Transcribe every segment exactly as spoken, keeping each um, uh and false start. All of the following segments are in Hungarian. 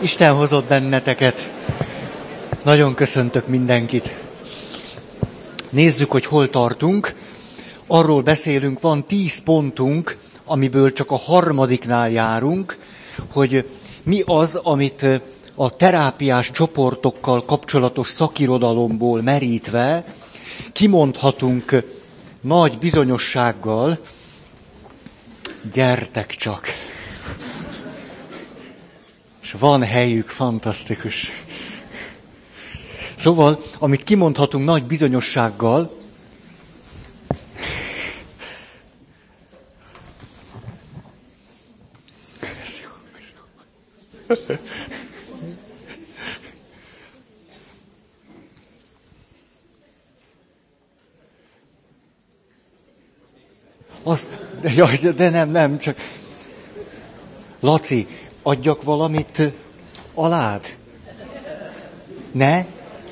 Isten hozott benneteket. Nagyon köszöntök mindenkit. Nézzük, hogy hol tartunk. Arról beszélünk, van tíz pontunk, amiből csak a harmadiknál járunk, hogy mi az, amit a terápiás csoportokkal kapcsolatos szakirodalomból merítve kimondhatunk nagy bizonyossággal. Gyertek csak! És van helyük, fantasztikus. Szóval, amit kimondhatunk nagy bizonyossággal, az, jaj, de nem, nem, csak... Laci, adjak valamit alád? Ne?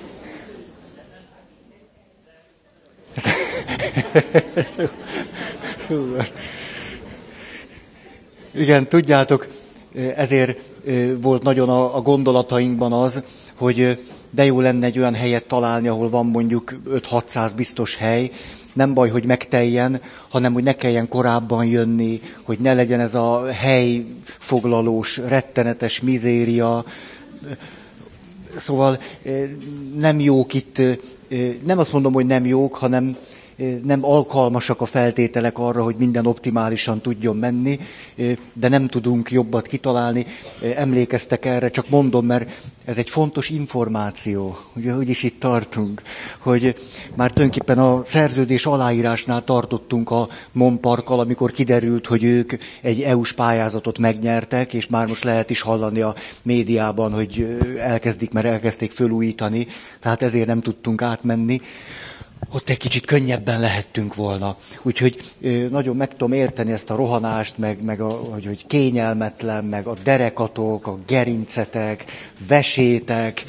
Igen, tudjátok, ezért volt nagyon a gondolatainkban az, hogy de jó lenne egy olyan helyet találni, ahol van mondjuk öt-hatszáz biztos hely. Nem baj, hogy megteljen, hanem hogy ne kelljen korábban jönni, hogy ne legyen ez a helyfoglalós, rettenetes mizéria. Szóval nem jók itt, nem azt mondom, hogy nem jók, hanem nem alkalmasak a feltételek arra, hogy minden optimálisan tudjon menni, de nem tudunk jobbat kitalálni. Emlékeztek erre, csak mondom, mert ez egy fontos információ, ugye, úgyis itt tartunk, hogy már tulajdonképpen a szerződés aláírásnál tartottunk a Mon Parkkal, amikor kiderült, hogy ők egy é u-s pályázatot megnyertek, és már most lehet is hallani a médiában, hogy elkezdik, mert elkezdték fölújítani, tehát ezért nem tudtunk átmenni. Ott egy kicsit könnyebben lehettünk volna. Úgyhogy nagyon meg tudom érteni ezt a rohanást, meg, meg a, hogy, hogy kényelmetlen, meg a derekatok, a gerincetek, vesétek.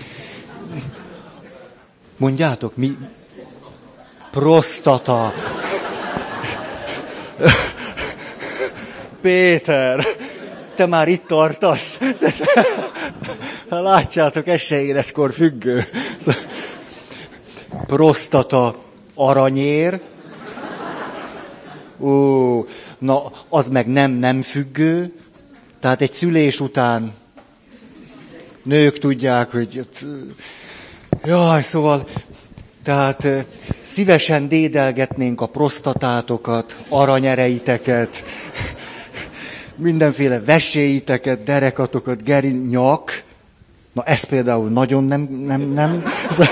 Mondjátok, mi? Prostata. Péter, te már itt tartasz? Látjátok, ez se életkor függő. Prostata, aranyér. Ó, na, az meg nem nem függő. Tehát egy szülés után nők tudják, hogy... Jaj, szóval... Tehát szívesen dédelgetnénk a prostatátokat, aranyereiteket, mindenféle veséiteket, derekatokat, gerinyak. Na, ez például nagyon nem... nem, nem.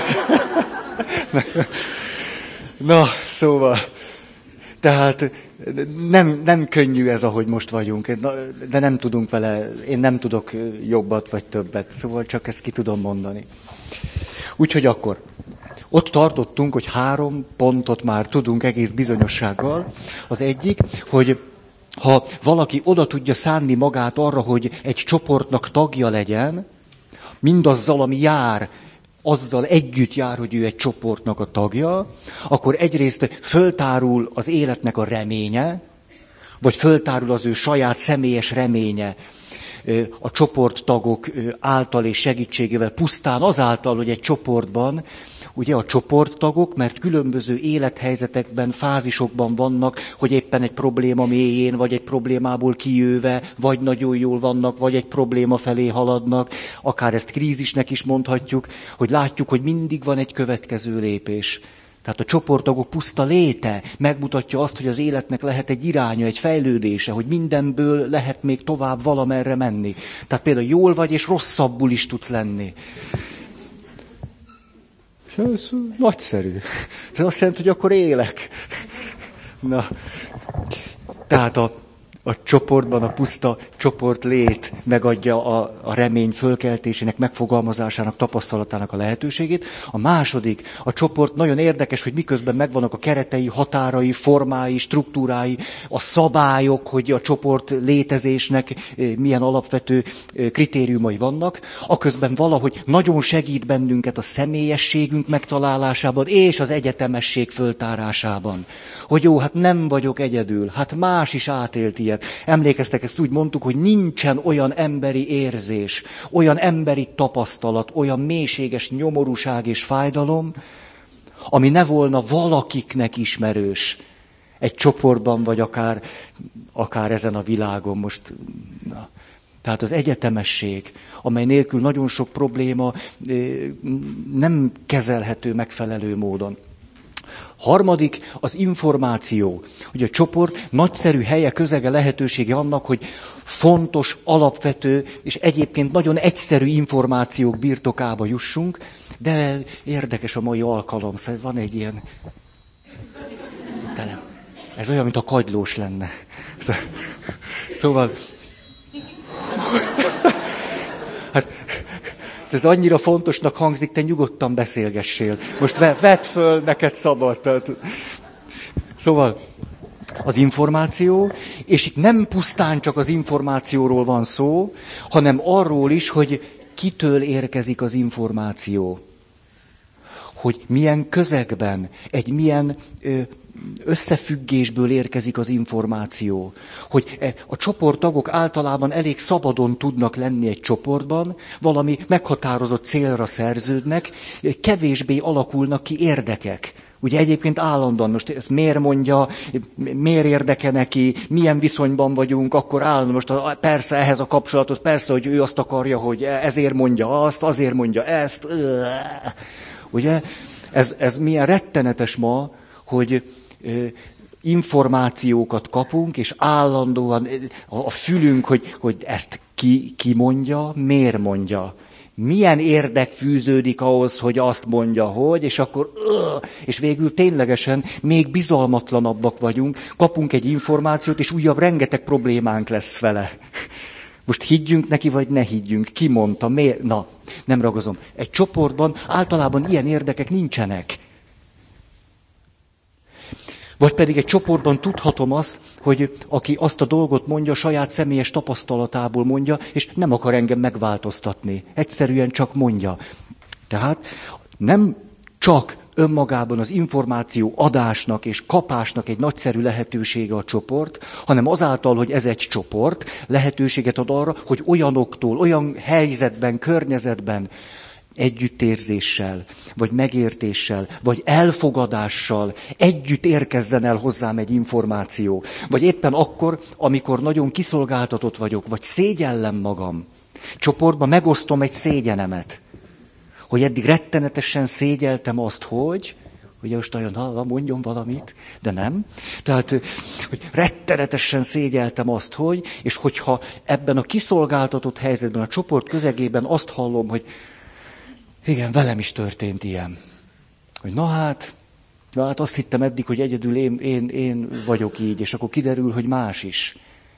Na, szóval, tehát nem, nem könnyű ez, ahogy most vagyunk, de nem tudunk vele, én nem tudok jobbat vagy többet, szóval csak ezt ki tudom mondani. Úgyhogy akkor, ott tartottunk, hogy három pontot már tudunk egész bizonyossággal. Az egyik, hogy ha valaki oda tudja szánni magát arra, hogy egy csoportnak tagja legyen, mindazzal, ami jár, azzal együtt jár, hogy ő egy csoportnak a tagja, akkor egyrészt föltárul az életnek a reménye, vagy föltárul az ő saját személyes reménye a csoporttagok által és segítségével, pusztán azáltal, hogy egy csoportban, ugye a csoporttagok, mert különböző élethelyzetekben, fázisokban vannak, hogy éppen egy probléma mélyén, vagy egy problémából kijöve, vagy nagyon jól vannak, vagy egy probléma felé haladnak, akár ezt krízisnek is mondhatjuk, hogy látjuk, hogy mindig van egy következő lépés. Tehát a csoporttagok puszta léte megmutatja azt, hogy az életnek lehet egy iránya, egy fejlődése, hogy mindenből lehet még tovább valamerre menni. Tehát például jól vagy, és rosszabbul is tudsz lenni. Ez nagyszerű. Ez azt jelenti, hogy akkor élek. Na, tehát a, a csoportban a puszta csoportlét megadja a, a remény fölkeltésének, megfogalmazásának, tapasztalatának a lehetőségét. A második, a csoport nagyon érdekes, hogy miközben megvannak a keretei, határai, formái, struktúrái, a szabályok, hogy a csoport létezésnek milyen alapvető kritériumai vannak, aközben valahogy nagyon segít bennünket a személyességünk megtalálásában és az egyetemesség föltárásában. Hogy jó, hát nem vagyok egyedül, hát más is átélt ilyet, élet. Emlékeztek, ezt úgy mondtuk, hogy nincsen olyan emberi érzés, olyan emberi tapasztalat, olyan mélységes nyomorúság és fájdalom, ami ne volna valakiknek ismerős. Egy csoportban, vagy akár, akár ezen a világon most. Na. Tehát az egyetemesség, amely nélkül nagyon sok probléma nem kezelhető megfelelő módon. Harmadik, az információ. Ugye a csoport nagyszerű helye, közege, lehetősége annak, hogy fontos, alapvető és egyébként nagyon egyszerű információk birtokába jussunk, de érdekes a mai alkalom, szóval van egy ilyen... Tele. Ez olyan, mint a kagylós lenne. Szóval... Hát, ez annyira fontosnak hangzik, te nyugodtan beszélgessél. Most vedd föl, neked szabad. Szóval az információ, és itt nem pusztán csak az információról van szó, hanem arról is, hogy kitől érkezik az információ. Hogy milyen közegben, egy milyen összefüggésből érkezik az információ. Hogy a csoporttagok általában elég szabadon tudnak lenni egy csoportban, valami meghatározott célra szerződnek, kevésbé alakulnak ki érdekek. Ugye egyébként állandóan, most ezt miért mondja, miért érdeke neki, milyen viszonyban vagyunk, akkor állandóan most a, persze ehhez a kapcsolathoz, persze, hogy ő azt akarja, hogy ezért mondja azt, azért mondja ezt. Ugye ez, ez milyen rettenetes ma, hogy információkat kapunk, és állandóan a fülünk, hogy, hogy ezt ki, ki mondja, miért mondja. Milyen érdek fűződik ahhoz, hogy azt mondja, hogy, és akkor, és végül ténylegesen még bizalmatlanabbak vagyunk, kapunk egy információt, és újabb rengeteg problémánk lesz vele. Most higgyünk neki, vagy ne higgyünk? Ki mondta? Miért? Na, nem ragozom. Egy csoportban általában ilyen érdekek nincsenek. Vagy pedig egy csoportban tudhatom azt, hogy aki azt a dolgot mondja, saját személyes tapasztalatából mondja, és nem akar engem megváltoztatni. Egyszerűen csak mondja. Tehát nem csak önmagában az információ adásnak és kapásnak egy nagyszerű lehetősége a csoport, hanem azáltal, hogy ez egy csoport, lehetőséget ad arra, hogy olyanoktól, olyan helyzetben, környezetben, együttérzéssel, vagy megértéssel, vagy elfogadással együtt érkezzen el hozzám egy információ. Vagy éppen akkor, amikor nagyon kiszolgáltatott vagyok, vagy szégyellem magam. Csoportban megosztom egy szégyenemet. Hogy eddig rettenetesen szégyeltem azt, hogy... Ugye most olyan, ha mondjon valamit, de nem. Tehát, hogy rettenetesen szégyeltem azt, hogy... És hogyha ebben a kiszolgáltatott helyzetben, a csoport közegében azt hallom, hogy igen, velem is történt ilyen. Hogy na hát, na hát azt hittem eddig, hogy egyedül én, én, én vagyok így, és akkor kiderül, hogy más is.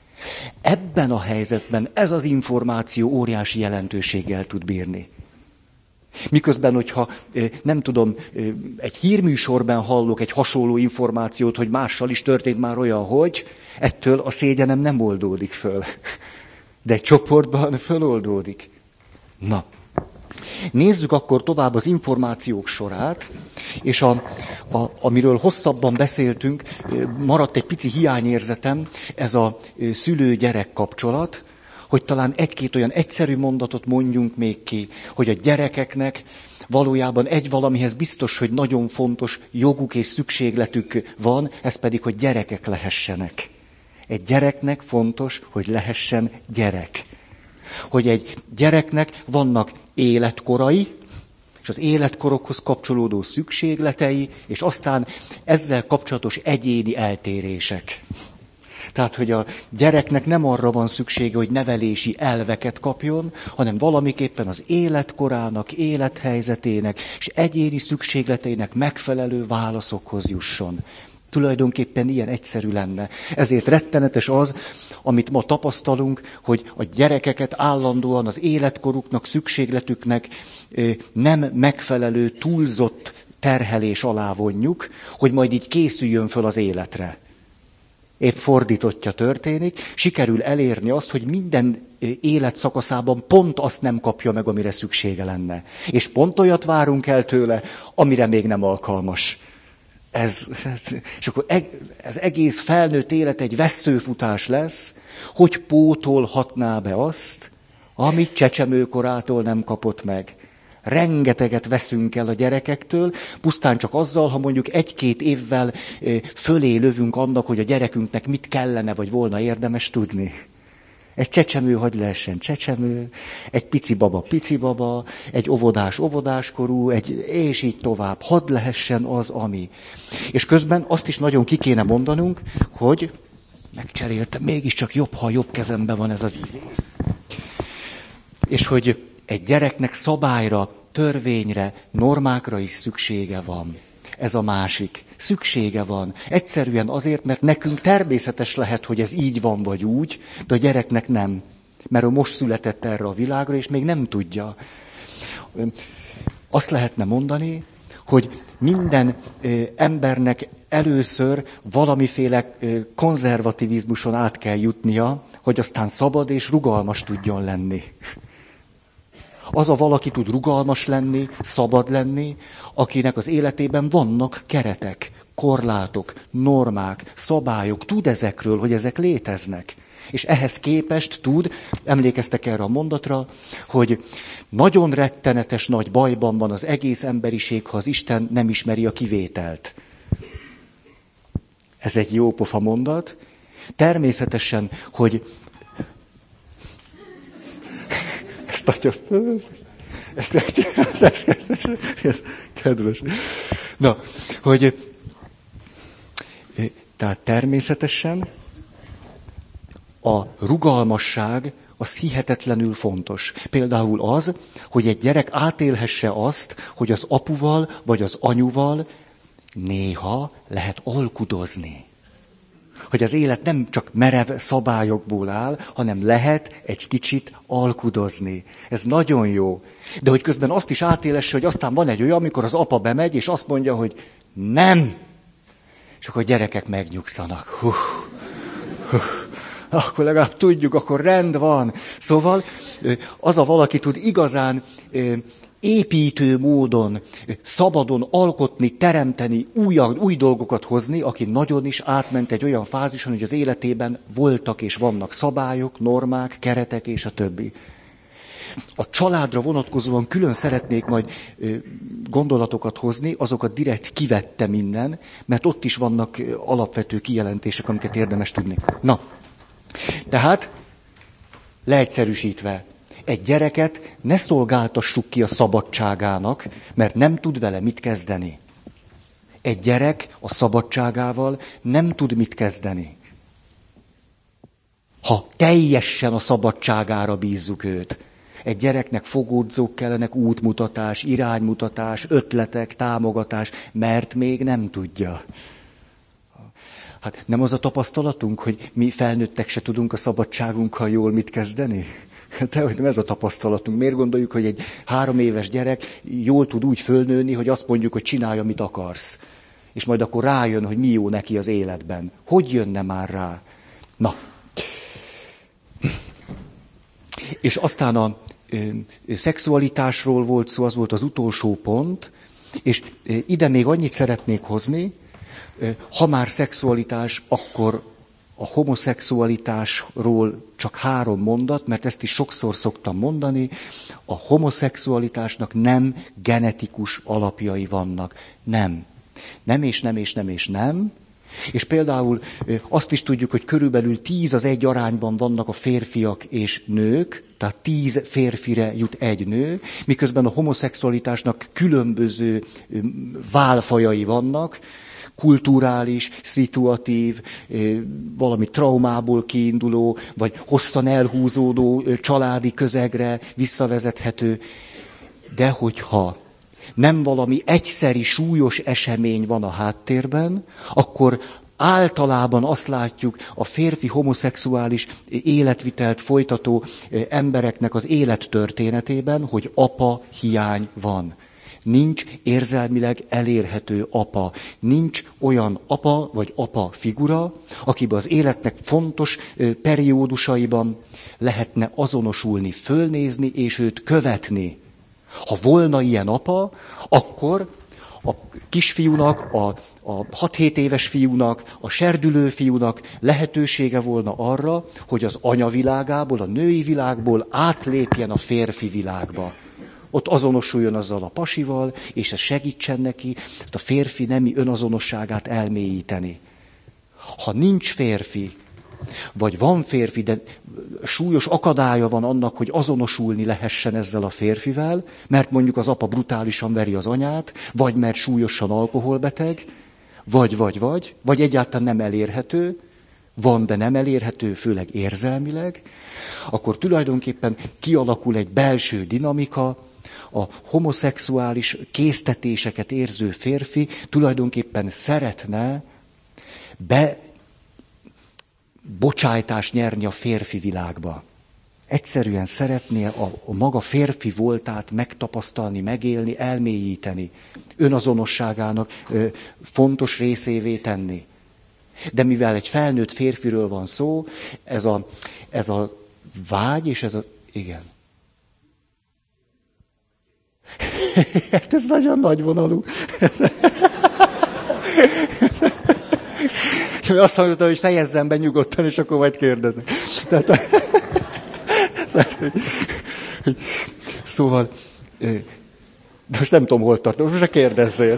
Ebben a helyzetben ez az információ óriási jelentőséggel tud bírni. Miközben, hogyha nem tudom, egy hírműsorban hallok egy hasonló információt, hogy mással is történt már olyan, hogy ettől a szégyenem nem oldódik föl. De egy csoportban föloldódik. Na. Nézzük akkor tovább az információk sorát, és a, a, amiről hosszabban beszéltünk, maradt egy pici hiányérzetem, ez a szülő-gyerek kapcsolat, hogy talán egy-két olyan egyszerű mondatot mondjunk még ki, hogy a gyerekeknek valójában egy valamihez biztos, hogy nagyon fontos joguk és szükségletük van, ez pedig, hogy gyerekek lehessenek. Egy gyereknek fontos, hogy lehessen gyerek. Hogy egy gyereknek vannak életkorai, és az életkorokhoz kapcsolódó szükségletei, és aztán ezzel kapcsolatos egyéni eltérések. Tehát, hogy a gyereknek nem arra van szüksége, hogy nevelési elveket kapjon, hanem valamiképpen az életkorának, élethelyzetének és egyéni szükségleteinek megfelelő válaszokhoz jusson. Tulajdonképpen ilyen egyszerű lenne. Ezért rettenetes az, amit ma tapasztalunk, hogy a gyerekeket állandóan az életkoruknak, szükségletüknek nem megfelelő, túlzott terhelés alá vonjuk, hogy majd így készüljön föl az életre. Épp fordítottja történik, sikerül elérni azt, hogy minden életszakaszában pont azt nem kapja meg, amire szüksége lenne. És pont olyat várunk el tőle, amire még nem alkalmas. Ez, és akkor ez egész felnőtt élet egy vesszőfutás lesz, hogy pótolhatná be azt, amit csecsemőkorától nem kapott meg. Rengeteget veszünk el a gyerekektől, pusztán csak azzal, ha mondjuk egy-két évvel fölé lövünk annak, hogy a gyerekünknek mit kellene, vagy volna érdemes tudni. Egy csecsemő hagy lehessen csecsemő, egy pici baba pici baba, egy óvodás óvodáskorú, egy, és így tovább. Hadd lehessen az, ami. És közben azt is nagyon ki kéne mondanunk, hogy megcseréltem, mégiscsak jobb, ha jobb kezemben van ez az izé. És hogy egy gyereknek szabályra, törvényre, normákra is szüksége van. Ez a másik. Szüksége van. Egyszerűen azért, mert nekünk természetes lehet, hogy ez így van vagy úgy, de a gyereknek nem. Mert ő most született erre a világra, és még nem tudja. Azt lehetne mondani, hogy minden ö, embernek először valamiféle ö, konzervativizmuson át kell jutnia, hogy aztán szabad és rugalmas tudjon lenni. Az a valaki tud rugalmas lenni, szabad lenni, akinek az életében vannak keretek, korlátok, normák, szabályok, tud ezekről, hogy ezek léteznek. És ehhez képest tud, emlékeztek erre a mondatra, hogy nagyon rettenetes nagy bajban van az egész emberiség, ha az Isten nem ismeri a kivételt. Ez egy jó pofa mondat. Természetesen, hogy ezt atyasztom, ez, ez, ez, ez kedves. Na, hogy tehát természetesen a rugalmasság az hihetetlenül fontos. Például az, hogy egy gyerek átélhesse azt, hogy az apuval vagy az anyuval néha lehet alkudozni. Hogy az élet nem csak merev szabályokból áll, hanem lehet egy kicsit alkudozni. Ez nagyon jó. De hogy közben azt is átélesse, hogy aztán van egy olyan, amikor az apa bemegy, és azt mondja, hogy nem. És akkor a gyerekek megnyugszanak. Hú, hú. Akkor legalább tudjuk, akkor rend van. Szóval az a valaki tud igazán építő módon, szabadon alkotni, teremteni, új, új dolgokat hozni, aki nagyon is átment egy olyan fázison, hogy az életében voltak és vannak szabályok, normák, keretek és a többi. A családra vonatkozóan külön szeretnék majd gondolatokat hozni, azokat direkt kivette minden, mert ott is vannak alapvető kijelentések, amiket érdemes tudni. Na, tehát leegyszerűsítve, egy gyereket ne szolgáltassuk ki a szabadságának, mert nem tud vele mit kezdeni. Egy gyerek a szabadságával nem tud mit kezdeni. Ha teljesen a szabadságára bízzuk őt. Egy gyereknek fogódzók kellenek, útmutatás, iránymutatás, ötletek, támogatás, mert még nem tudja. Hát nem az a tapasztalatunk, hogy mi felnőttek se tudunk a szabadságunkkal jól mit kezdeni? De hogy nem ez a tapasztalatunk. Miért gondoljuk, hogy egy három éves gyerek jól tud úgy fölnőni, hogy azt mondjuk, hogy csinálj, amit akarsz. És majd akkor rájön, hogy mi jó neki az életben. Hogy jönne már rá? Na. És aztán a ö, szexualitásról volt szó, az volt az utolsó pont, és ö, ide még annyit szeretnék hozni, ö, ha már szexualitás, akkor a homoszexualitásról csak három mondat, mert ezt is sokszor szoktam mondani, a homoszexualitásnak nem genetikus alapjai vannak. Nem. Nem és nem és nem és nem. És például azt is tudjuk, hogy körülbelül tíz az egy arányban vannak a férfiak és nők, tehát tíz férfire jut egy nő, miközben a homoszexualitásnak különböző válfajai vannak, kulturális, szituatív, valami traumából kiinduló, vagy hosszan elhúzódó családi közegre visszavezethető. De hogyha nem valami egyszeri súlyos esemény van a háttérben, akkor általában azt látjuk a férfi homoszexuális életvitelt folytató embereknek az élettörténetében, hogy apa hiány van. Nincs érzelmileg elérhető apa. Nincs olyan apa vagy apa figura, akiben az életnek fontos periódusaiban lehetne azonosulni, fölnézni és őt követni. Ha volna ilyen apa, akkor a kisfiúnak a a hat-hét éves fiúnak, a serdülő fiúnak lehetősége volna arra, hogy az anyavilágából, a női világból átlépjen a férfi világba. Ott azonosuljon azzal a pasival, és ez segítsen neki ezt a férfi nemi önazonosságát elmélyíteni. Ha nincs férfi, vagy van férfi, de súlyos akadálya van annak, hogy azonosulni lehessen ezzel a férfivel, mert mondjuk az apa brutálisan veri az anyát, vagy mert súlyosan alkoholbeteg, vagy, vagy, vagy, vagy egyáltalán nem elérhető, van, de nem elérhető, főleg érzelmileg, akkor tulajdonképpen kialakul egy belső dinamika, a homoszexuális késztetéseket érző férfi tulajdonképpen szeretne be bocsájtást nyerni a férfi világba. Egyszerűen szeretné a, a maga férfi voltát megtapasztalni, megélni, elmélyíteni, önazonosságának ö, fontos részévé tenni. De mivel egy felnőtt férfiről van szó, ez a, ez a vágy és ez a... Igen. Ez nagyon nagyvonalú. Azt mondtam, hogy fejezzem be nyugodtan, és akkor majd kérdeznek. Tehát, tehát, szóval, de most nem tudom, hol tartom, most se kérdezzél.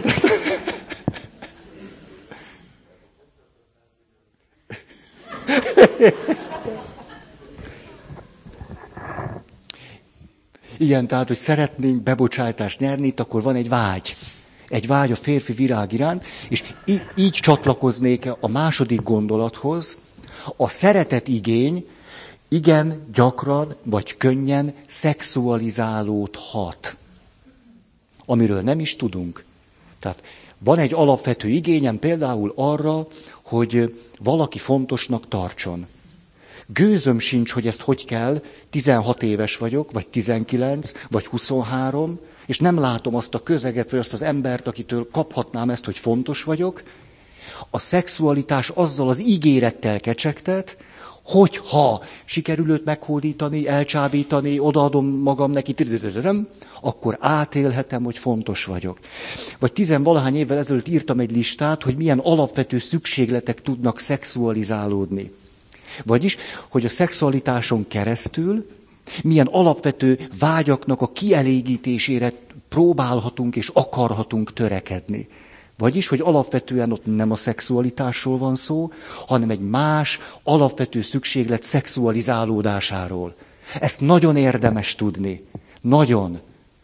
Igen, tehát, hogy szeretnénk bebocsájtást nyerni, itt akkor van egy vágy. Egy vágy a férfi virág iránt, és í- így csatlakoznék a második gondolathoz. A szeretet igény igen gyakran, vagy könnyen szexualizálódhat. Amiről nem is tudunk. Tehát van egy alapvető igényem például arra, hogy valaki fontosnak tartson. Gőzöm sincs, hogy ezt hogy kell, tizenhat éves vagyok, vagy tizenkilenc, vagy huszonhárom, és nem látom azt a közeget, vagy azt az embert, akitől kaphatnám ezt, hogy fontos vagyok. A szexualitás azzal az ígérettel kecsegtet, hogyha sikerül őt meghódítani, elcsábítani, odaadom magam neki, akkor átélhetem, hogy fontos vagyok. Vagy tizenvalahány évvel ezelőtt írtam egy listát, hogy milyen alapvető szükségletek tudnak szexualizálódni. Vagyis, hogy a szexualitáson keresztül milyen alapvető vágyaknak a kielégítésére próbálhatunk és akarhatunk törekedni. Vagyis, hogy alapvetően ott nem a szexualitásról van szó, hanem egy más alapvető szükséglet szexualizálódásáról. Ezt nagyon érdemes tudni. Nagyon.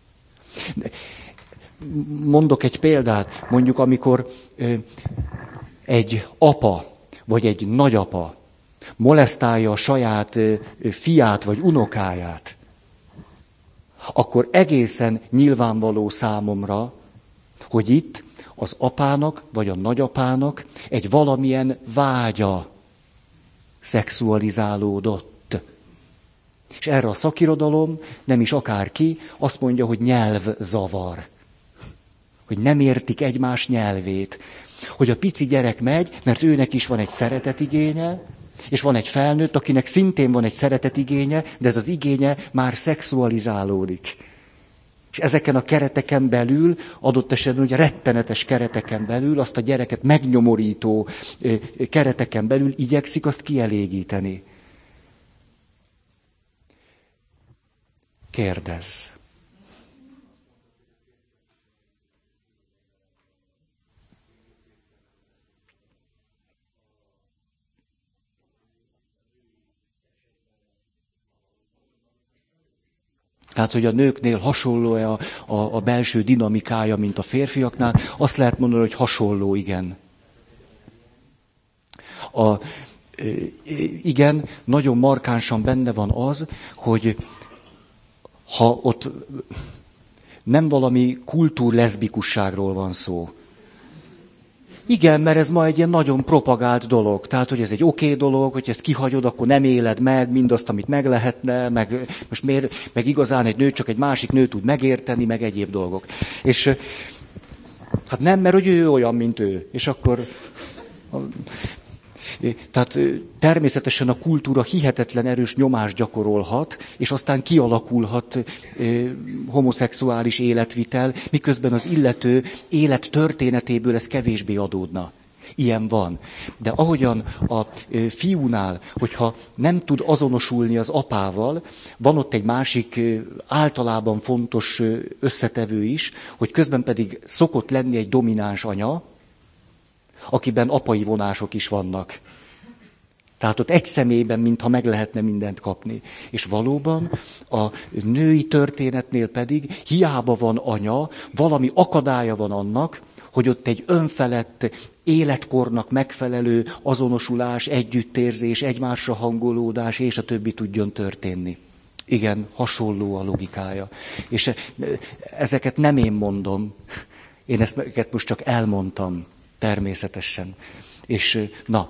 Mondok egy példát. Mondjuk, amikor egy apa vagy egy nagyapa molesztálja a saját fiát vagy unokáját, akkor egészen nyilvánvaló számomra, hogy itt az apának vagy a nagyapának egy valamilyen vágya szexualizálódott. És erre a szakirodalom, nem is akárki, azt mondja, hogy nyelvzavar. Hogy nem értik egymás nyelvét. Hogy a pici gyerek megy, mert őnek is van egy szeretetigénye, és van egy felnőtt, akinek szintén van egy szeretetigénye, de ez az igénye már szexualizálódik. És ezeken a kereteken belül, adott esetben ugye rettenetes kereteken belül, azt a gyereket megnyomorító kereteken belül igyekszik azt kielégíteni. Kérdezz. Tehát, hogy a nőknél hasonló-e a, a, a belső dinamikája, mint a férfiaknál, azt lehet mondani, hogy hasonló, igen. A, igen, nagyon markánsan benne van az, hogy ha ott nem valami kultúrleszbikusságról van szó. Igen, mert ez ma egy ilyen nagyon propagált dolog. Tehát, hogy ez egy oké okay dolog, hogy ezt kihagyod, akkor nem éled meg mindazt, amit meg lehetne, meg most miért, meg igazán egy nő csak egy másik nő tud megérteni, meg egyéb dolgok. És hát nem, mert hogy ő olyan, mint ő. És akkor... Tehát természetesen a kultúra hihetetlen erős nyomást gyakorolhat, és aztán kialakulhat homoszexuális életvitel, miközben az illető élet történetéből ez kevésbé adódna. Ilyen van. De ahogyan a fiúnál, hogyha nem tud azonosulni az apával, van ott egy másik általában fontos összetevő is, hogy közben pedig szokott lenni egy domináns anya, akiben apai vonások is vannak. Tehát ott egy személyben, mintha meg lehetne mindent kapni. És valóban a női történetnél pedig hiába van anya, valami akadálya van annak, hogy ott egy önfelett, életkornak megfelelő azonosulás, együttérzés, egymásra hangolódás, és a többi tudjon történni. Igen, hasonló a logikája. És ezeket nem én mondom, én ezeket most csak elmondtam, természetesen. És na,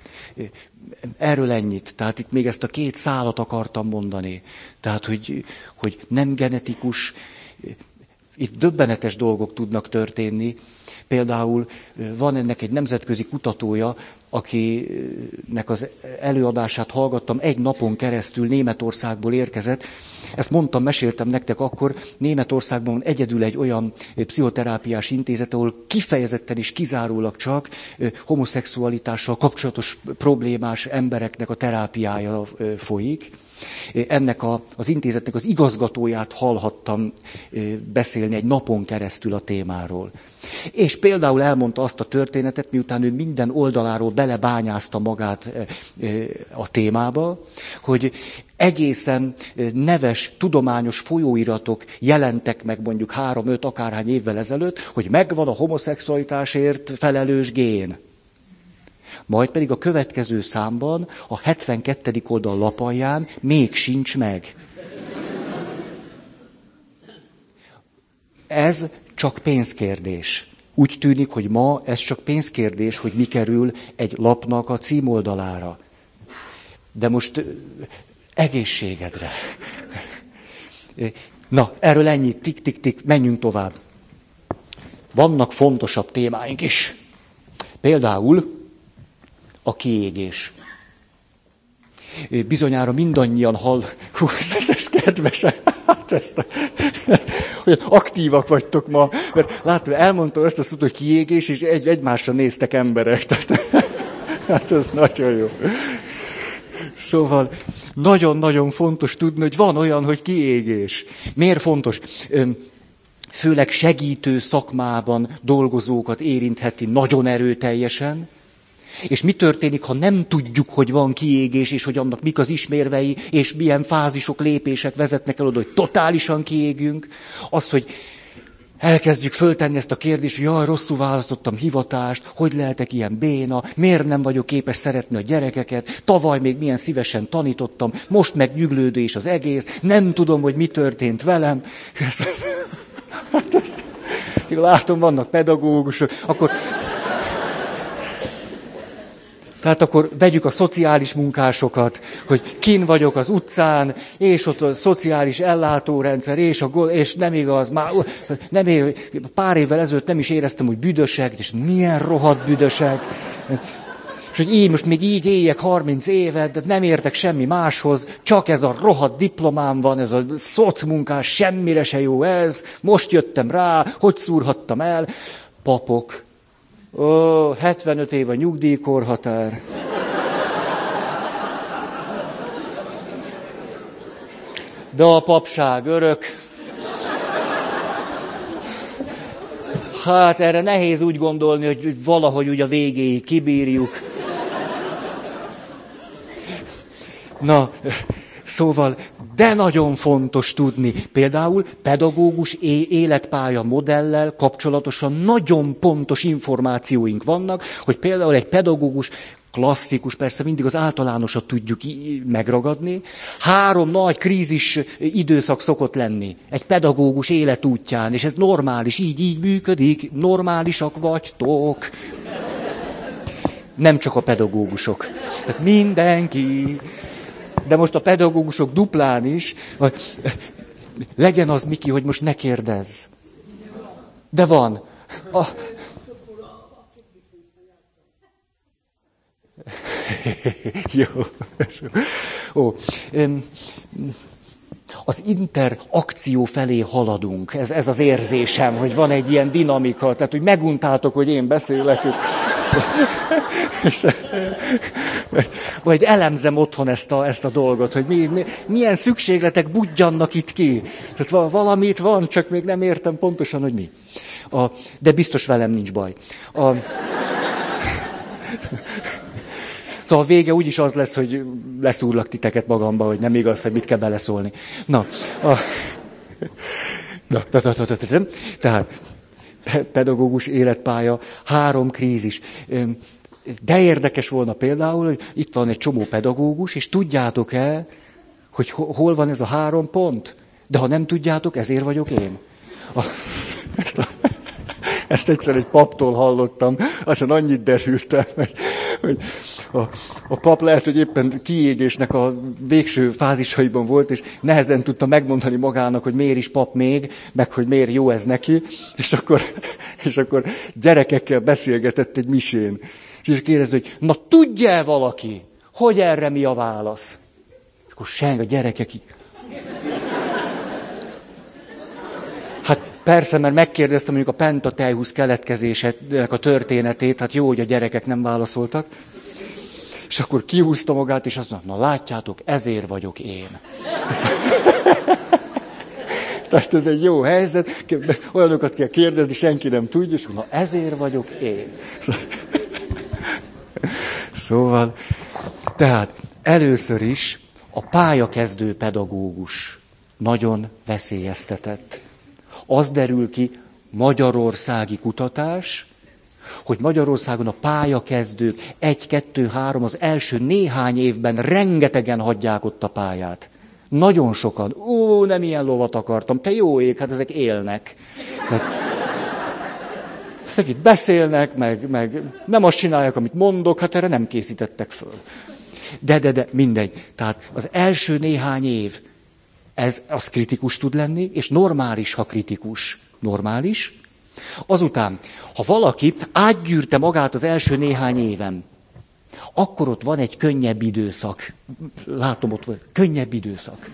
erről ennyit. Tehát itt még ezt a két szálat akartam mondani. Tehát, hogy, hogy nem genetikus, itt döbbenetes dolgok tudnak történni. Például van ennek egy nemzetközi kutatója, akinek az előadását hallgattam, egy napon keresztül Németországból érkezett. Ezt mondtam, meséltem nektek akkor, Németországban van egyedül egy olyan pszichoterápiás intézet, ahol kifejezetten és kizárólag csak homoszexualitással kapcsolatos problémás embereknek a terápiája folyik. Ennek a, az intézetnek az igazgatóját hallhattam beszélni egy napon keresztül a témáról. És például elmondta azt a történetet, miután ő minden oldaláról belebányázta magát a témába, hogy egészen neves, tudományos folyóiratok jelentek meg mondjuk három-öt akárhány évvel ezelőtt, hogy megvan a homoszexualitásért felelős gén. Majd pedig a következő számban, a hetvenkettedik oldal lapalján még sincs meg. Ez csak pénzkérdés. Úgy tűnik, hogy ma ez csak pénzkérdés, hogy mi kerül egy lapnak a címoldalára. De most egészségedre. Na, erről ennyit, tik-tik-tik, menjünk tovább. Vannak fontosabb témáink is. Például a kiégés. Bizonyára mindannyian hall... Hú, ez kedves, hát ezt a... Olyan aktívak vagytok ma, mert látom, elmondtam ezt a szót, hogy kiégés, és egy, egymásra néztek emberek. Tehát, hát ez nagyon jó. Szóval nagyon-nagyon fontos tudni, hogy van olyan, hogy kiégés. Miért fontos? Főleg segítő szakmában dolgozókat érintheti nagyon erőteljesen. És mi történik, ha nem tudjuk, hogy van kiégés, és hogy annak mik az ismérvei, és milyen fázisok, lépések vezetnek el oda, hogy totálisan kiégünk? Az, hogy elkezdjük föltenni ezt a kérdést, hogy jaj, rosszul választottam hivatást, hogy lehetek ilyen béna, miért nem vagyok képes szeretni a gyerekeket, tavaly még milyen szívesen tanítottam, most meg nyüglődés az egész, nem tudom, hogy mi történt velem. Hát ezt, látom, vannak pedagógusok, akkor... Tehát akkor vegyük a szociális munkásokat, hogy kin vagyok az utcán, és ott a szociális ellátórendszer, és, a, és nem igaz, már nem ér, pár évvel ezelőtt nem is éreztem, hogy büdösek, és milyen rohadt büdösek. És hogy így most még így éljek harminc évet, de nem értek semmi máshoz, csak ez a rohadt diplomám van, ez a szocmunkás, semmire se jó ez, most jöttem rá, hogy szúrhattam el. Papok. Ó, hetvenöt év a nyugdíjkorhatár. De a papság örök. Hát erre nehéz úgy gondolni, hogy valahogy úgy a végéig kibírjuk. Na, szóval, de nagyon fontos tudni, például pedagógus életpálya modellel kapcsolatosan nagyon pontos információink vannak, hogy például egy pedagógus, klasszikus, persze mindig az általánosat tudjuk megragadni, három nagy krízis időszak szokott lenni egy pedagógus életútján, és ez normális, így, így működik, normálisak vagytok. Nem csak a pedagógusok, tehát mindenki... De most a pedagógusok duplán is, hogy legyen az, Miki, hogy most ne kérdezz. De van. A... Jó. Ó. Az interakció felé haladunk. Ez, ez az érzésem, hogy van egy ilyen dinamika. Tehát, hogy meguntáltok, hogy én beszélek. És, vagy elemzem otthon ezt a, ezt a dolgot, hogy mi, mi, milyen szükségletek budjannak itt ki. Tehát valamit van, csak még nem értem pontosan, hogy mi. A, de biztos velem nincs baj. A, Szóval a vége úgyis az lesz, hogy leszúrlak titeket magamba, hogy nem igaz, hogy mit kell beleszólni. Na, a... Na, ta, ta, ta, ta, ta, ta. Tehát pedagógus életpálya, három krízis. De érdekes volna például, hogy itt van egy csomó pedagógus, és tudjátok-e, hogy hol van ez a három pont? De ha nem tudjátok, ezért vagyok én. A... Ezt, a... Ezt egyszer egy paptól hallottam, aztán annyit derültem, hogy, hogy a, a pap lehet, hogy éppen kiégésnek a végső fázisaiban volt, és nehezen tudta megmondani magának, hogy miért is pap még, meg hogy miért jó ez neki, és akkor, és akkor gyerekekkel beszélgetett egy misén. És kérdezi, hogy na tudja-e valaki, hogy erre mi a válasz? És akkor senki, a gyerekek így... Hát persze, mert megkérdeztem mondjuk a Pentateusz keletkezésének a történetét, hát jó, hogy a gyerekek nem válaszoltak. És akkor kihúzta magát, és azt mondta, na látjátok, ezért vagyok én. Tehát ez egy jó helyzet, olyanokat kell kérdezni, senki nem tudja, és na ezért vagyok én. Szóval, tehát először is a pályakezdő pedagógus nagyon veszélyeztetett. Az derül ki, magyarországi kutatás, hogy Magyarországon a pályakezdők egy, kettő, három, az első néhány évben rengetegen hagyják ott a pályát. Nagyon sokan. Ó, nem ilyen lovat akartam. Te jó ég, hát ezek élnek. Tehát, ezek itt beszélnek, meg, meg nem azt csinálják, amit mondok, hát erre nem készítettek föl. De, de, de, mindegy. Tehát az első néhány év, ez az kritikus tud lenni, és normális, ha kritikus. Normális. Azután, ha valaki átgyűrte magát az első néhány éven, akkor ott van egy könnyebb időszak. Látom, ott van könnyebb időszak.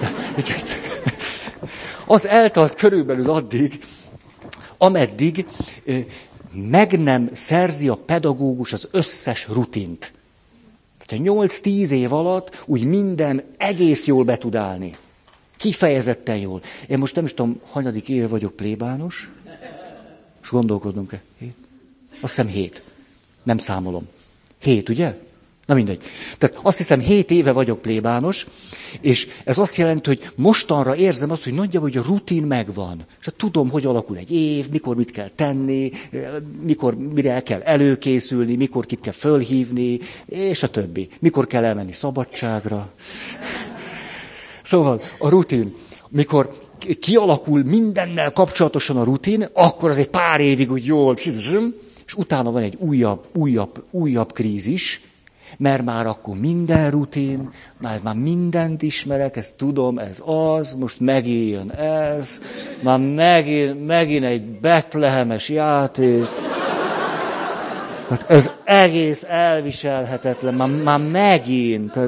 Az eltart körülbelül addig, ameddig meg nem szerzi a pedagógus az összes rutint. Tehát nyolc-tíz év alatt úgy minden egész jól be tud állni. Kifejezetten jól. Én most nem is tudom, hanyadik éve vagyok plébános, és gondolkodnom kell. Hét? Azt hiszem hét. Nem számolom. Hét, ugye? Na mindegy. Tehát azt hiszem hét éve vagyok plébános, és ez azt jelenti, hogy mostanra érzem azt, hogy nagyjából, hogy a rutin megvan. És tudom, hogy alakul egy év, mikor mit kell tenni, mikor mire el kell előkészülni, mikor kit kell fölhívni, és a többi. Mikor kell elmenni szabadságra. Szóval a rutin, mikor kialakul mindennel kapcsolatosan a rutin, akkor az egy pár évig úgy jól, és utána van egy újabb, újabb, újabb krízis, mert már akkor minden rutin, már, már mindent ismerek, ezt tudom, ez az, most megint jön ez, már megint, megint egy betlehemes játék. Hát ez egész elviselhetetlen, már, már megint. Tehát...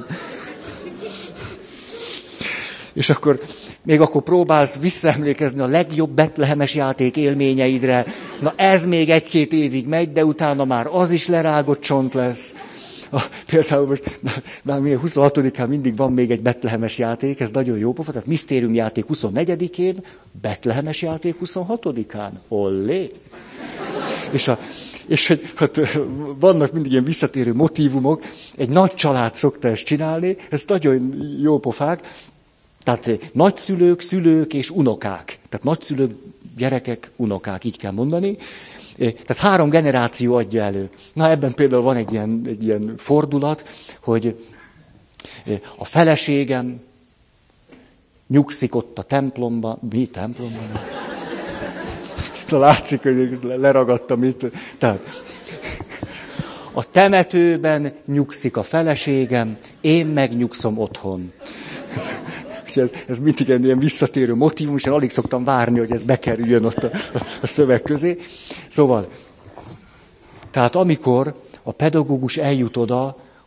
És akkor még akkor próbálsz visszaemlékezni a legjobb betlehemes játék élményeidre. Na ez még egy-két évig megy, de utána már az is lerágott csont lesz. A, például most, már mi a huszonhatodikán mindig van még egy betlehemes játék, ez nagyon jó pofa, tehát misztériumjáték huszonnegyedikén, betlehemes játék huszonhatodikán. Ollé! És, a, és hogy hát, vannak mindig ilyen visszatérő motívumok, egy nagy család szokta ezt csinálni, ez nagyon jó pofák, tehát nagyszülők, szülők és unokák. Tehát nagyszülők, gyerekek, unokák, így kell mondani. Tehát három generáció adja elő. Na ebben például van egy ilyen, egy ilyen fordulat, hogy a feleségem nyugszik ott a templomban. Mi templomban? Na, látszik, hogy leragadtam itt. Tehát a temetőben nyugszik a feleségem, én megnyugszom otthon. Ez, ez mindig egy ilyen visszatérő motívum, és én alig szoktam várni, hogy ez bekerüljön ott a, a szöveg közé. Szóval, tehát amikor a pedagógus eljut oda,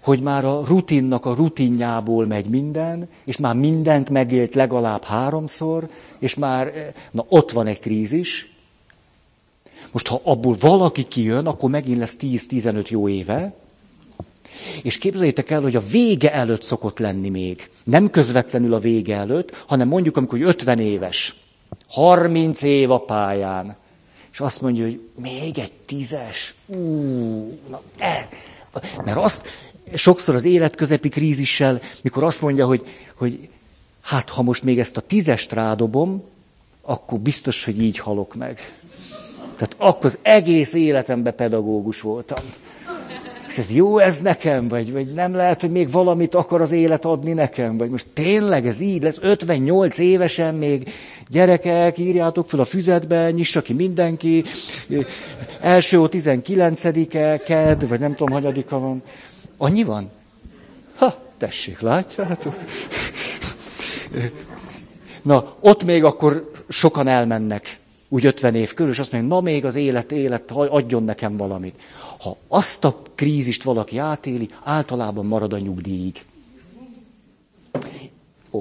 hogy már a rutinnak a rutinjából megy minden, és már mindent megélt legalább háromszor, és már, na ott van egy krízis. Most ha abból valaki kijön, akkor megint lesz tíz-tizenöt jó éve, és képzeljétek el, hogy a vége előtt szokott lenni még. Nem közvetlenül a vége előtt, hanem mondjuk, amikor ötven éves, harminc év a pályán, és azt mondja, hogy még egy tízes, ú, na, e. Mert azt sokszor az életközepi krízissel, mikor azt mondja, hogy, hogy hát ha most még ezt a tízest rádobom, akkor biztos, hogy így halok meg. Tehát akkor az egész életemben pedagógus voltam. És ez jó ez nekem, vagy, vagy nem lehet, hogy még valamit akar az élet adni nekem, vagy most tényleg ez így lesz, ötvennyolc évesen még gyerekek, írjátok fel a füzetbe, nyissa ki mindenki, első hó tizenkilencedike, ked, vagy nem tudom, hanyadika van. Annyi van? Ha, tessék, látjátok? Na, ott még akkor sokan elmennek, úgy ötven év körül, és azt mondják, na még az élet, élet, adjon nekem valamit. Ha azt a krízist valaki átéli, általában marad a nyugdíjig. Ó.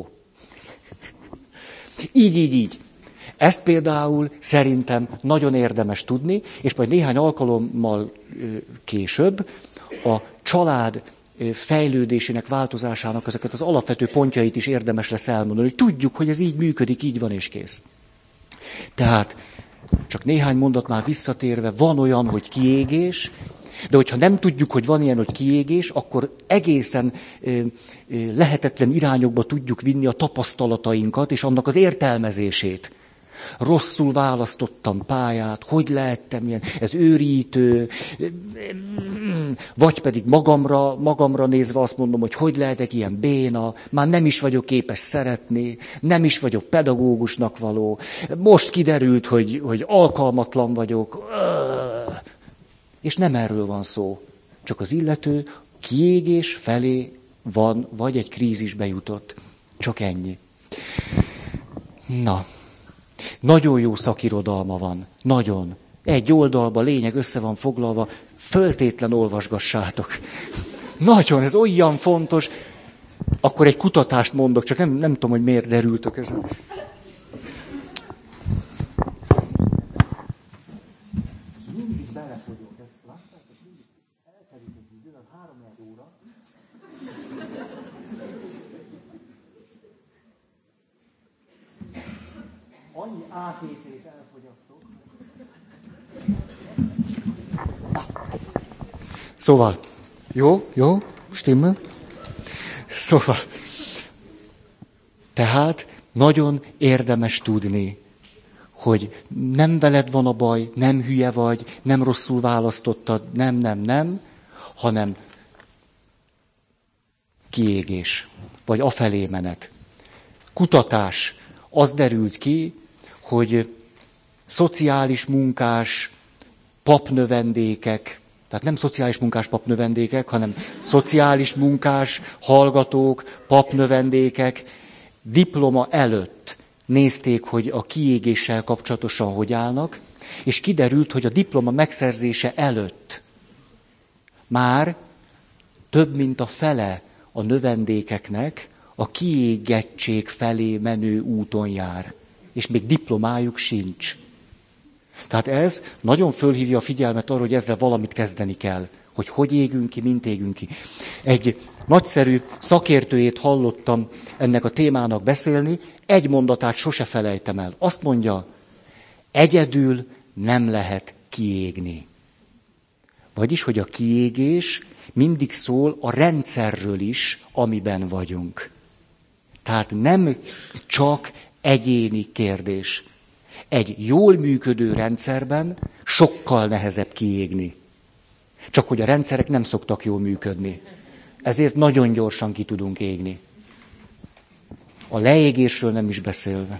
Így, így, így. Ezt például szerintem nagyon érdemes tudni, és majd néhány alkalommal később a család fejlődésének, változásának ezeket az alapvető pontjait is érdemes lesz elmondani, hogy tudjuk, hogy ez így működik, így van és kész. Tehát csak néhány mondatnál visszatérve, van olyan, hogy kiégés, de hogyha nem tudjuk, hogy van ilyen, hogy kiégés, akkor egészen ö, ö, lehetetlen irányokba tudjuk vinni a tapasztalatainkat és annak az értelmezését. Rosszul választottam pályát, hogy lehettem ilyen, ez őrítő, vagy pedig magamra, magamra nézve azt mondom, hogy hogy lehetek ilyen béna, már nem is vagyok képes szeretni, nem is vagyok pedagógusnak való, most kiderült, hogy, hogy alkalmatlan vagyok, és nem erről van szó, csak az illető kiégés felé van, vagy egy krízisbe jutott. Csak ennyi. Na. Nagyon jó szakirodalma van. Nagyon. Egy oldalba lényeg össze van foglalva, föltétlen olvasgassátok. Nagyon, ez olyan fontos. Akkor egy kutatást mondok, csak nem, nem tudom, hogy miért derültök ezen. Mindig belefogyok. Ezt láttátok? Mindig eltelik egy idő, az három óra. Annyi á té cét elfogyasztok. Szóval, jó, jó, stimmel. Szóval, tehát nagyon érdemes tudni, hogy nem veled van a baj, nem hülye vagy, nem rosszul választottad, nem, nem, nem, hanem kiégés, vagy afelé menet. Kutatás, az derült ki, hogy szociális munkás papnövendékek, tehát nem szociális munkás papnövendékek, hanem szociális munkás hallgatók, papnövendékek diploma előtt nézték, hogy a kiégéssel kapcsolatosan hogy állnak, és kiderült, hogy a diploma megszerzése előtt már több mint a fele a növendékeknek a kiégettség felé menő úton jár. És még diplomájuk sincs. Tehát ez nagyon fölhívja a figyelmet arra, hogy ezzel valamit kezdeni kell. Hogy hogy égünk ki, mint égünk ki. Egy nagyszerű szakértőjét hallottam ennek a témának beszélni, egy mondatát sose felejtem el. Azt mondja, egyedül nem lehet kiégni. Vagyis, hogy a kiégés mindig szól a rendszerről is, amiben vagyunk. Tehát nem csak egyéni kérdés. Egy jól működő rendszerben sokkal nehezebb kiégni. Csak hogy a rendszerek nem szoktak jól működni. Ezért nagyon gyorsan ki tudunk égni. A leégésről nem is beszélve.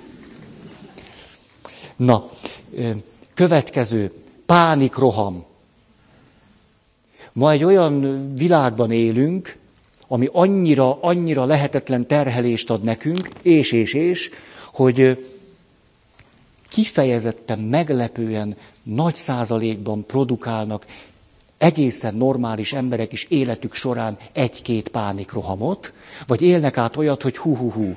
Na, következő, pánikroham. Ma egy olyan világban élünk, ami annyira, annyira lehetetlen terhelést ad nekünk, és, és, és, hogy kifejezetten meglepően nagy százalékban produkálnak egészen normális emberek is életük során egy-két pánikrohamot, vagy élnek át olyat, hogy hú-hú-hú.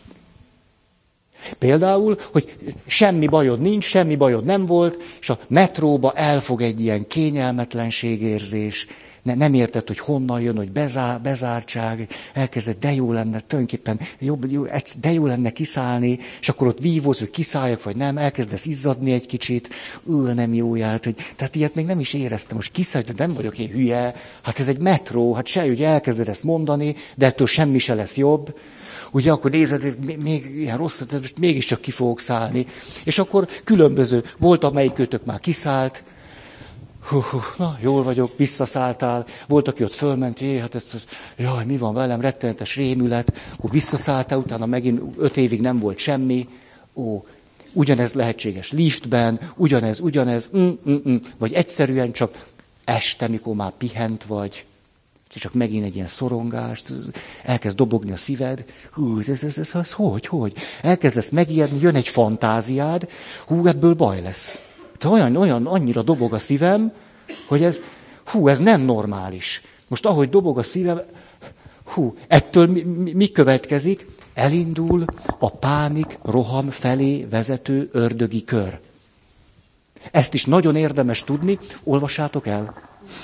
Például, hogy semmi bajod nincs, semmi bajod nem volt, és a metróba elfog egy ilyen kényelmetlenségérzés, ne, nem érted, hogy honnan jön, hogy bezár, bezártság, elkezded, de jó lenne, tulajdonképpen jobb, jó, de jó lenne kiszállni, és akkor ott vívóz, hogy kiszálljak, vagy nem, elkezdesz izzadni egy kicsit, ú, nem jó járt, hogy, tehát ilyet még nem is éreztem, most kiszállj, de nem vagyok én hülye, hát ez egy metró, hát se, hogy elkezded ezt mondani, de ettől semmi se lesz jobb. Ugye akkor nézed, hogy még ilyen rossz, most mégiscsak ki fogok szállni. És akkor különböző, volt, amelyik kötök már kiszállt, hú, hú, na, jól vagyok, visszaszálltál, volt, aki ott fölment, jé, hát ez, ez, jaj, mi van velem, rettenetes rémület, akkor visszaszálltál, utána megint öt évig nem volt semmi, ó, ugyanez lehetséges liftben, ugyanez, ugyanez, mm, mm, mm, vagy egyszerűen csak este, mikor már pihent vagy, csak megint egy ilyen szorongást, elkezd dobogni a szíved, hú, ez, ez, ez, ez, ez hogy, hogy? Elkezdesz megijedni, jön egy fantáziád, hú, ebből baj lesz. Te olyan, olyan, annyira dobog a szívem, hogy ez, hú, ez nem normális. Most ahogy dobog a szívem, hú, ettől mi, mi, mi következik? Elindul a pánik roham felé vezető ördögi kör. Ezt is nagyon érdemes tudni, olvassátok el.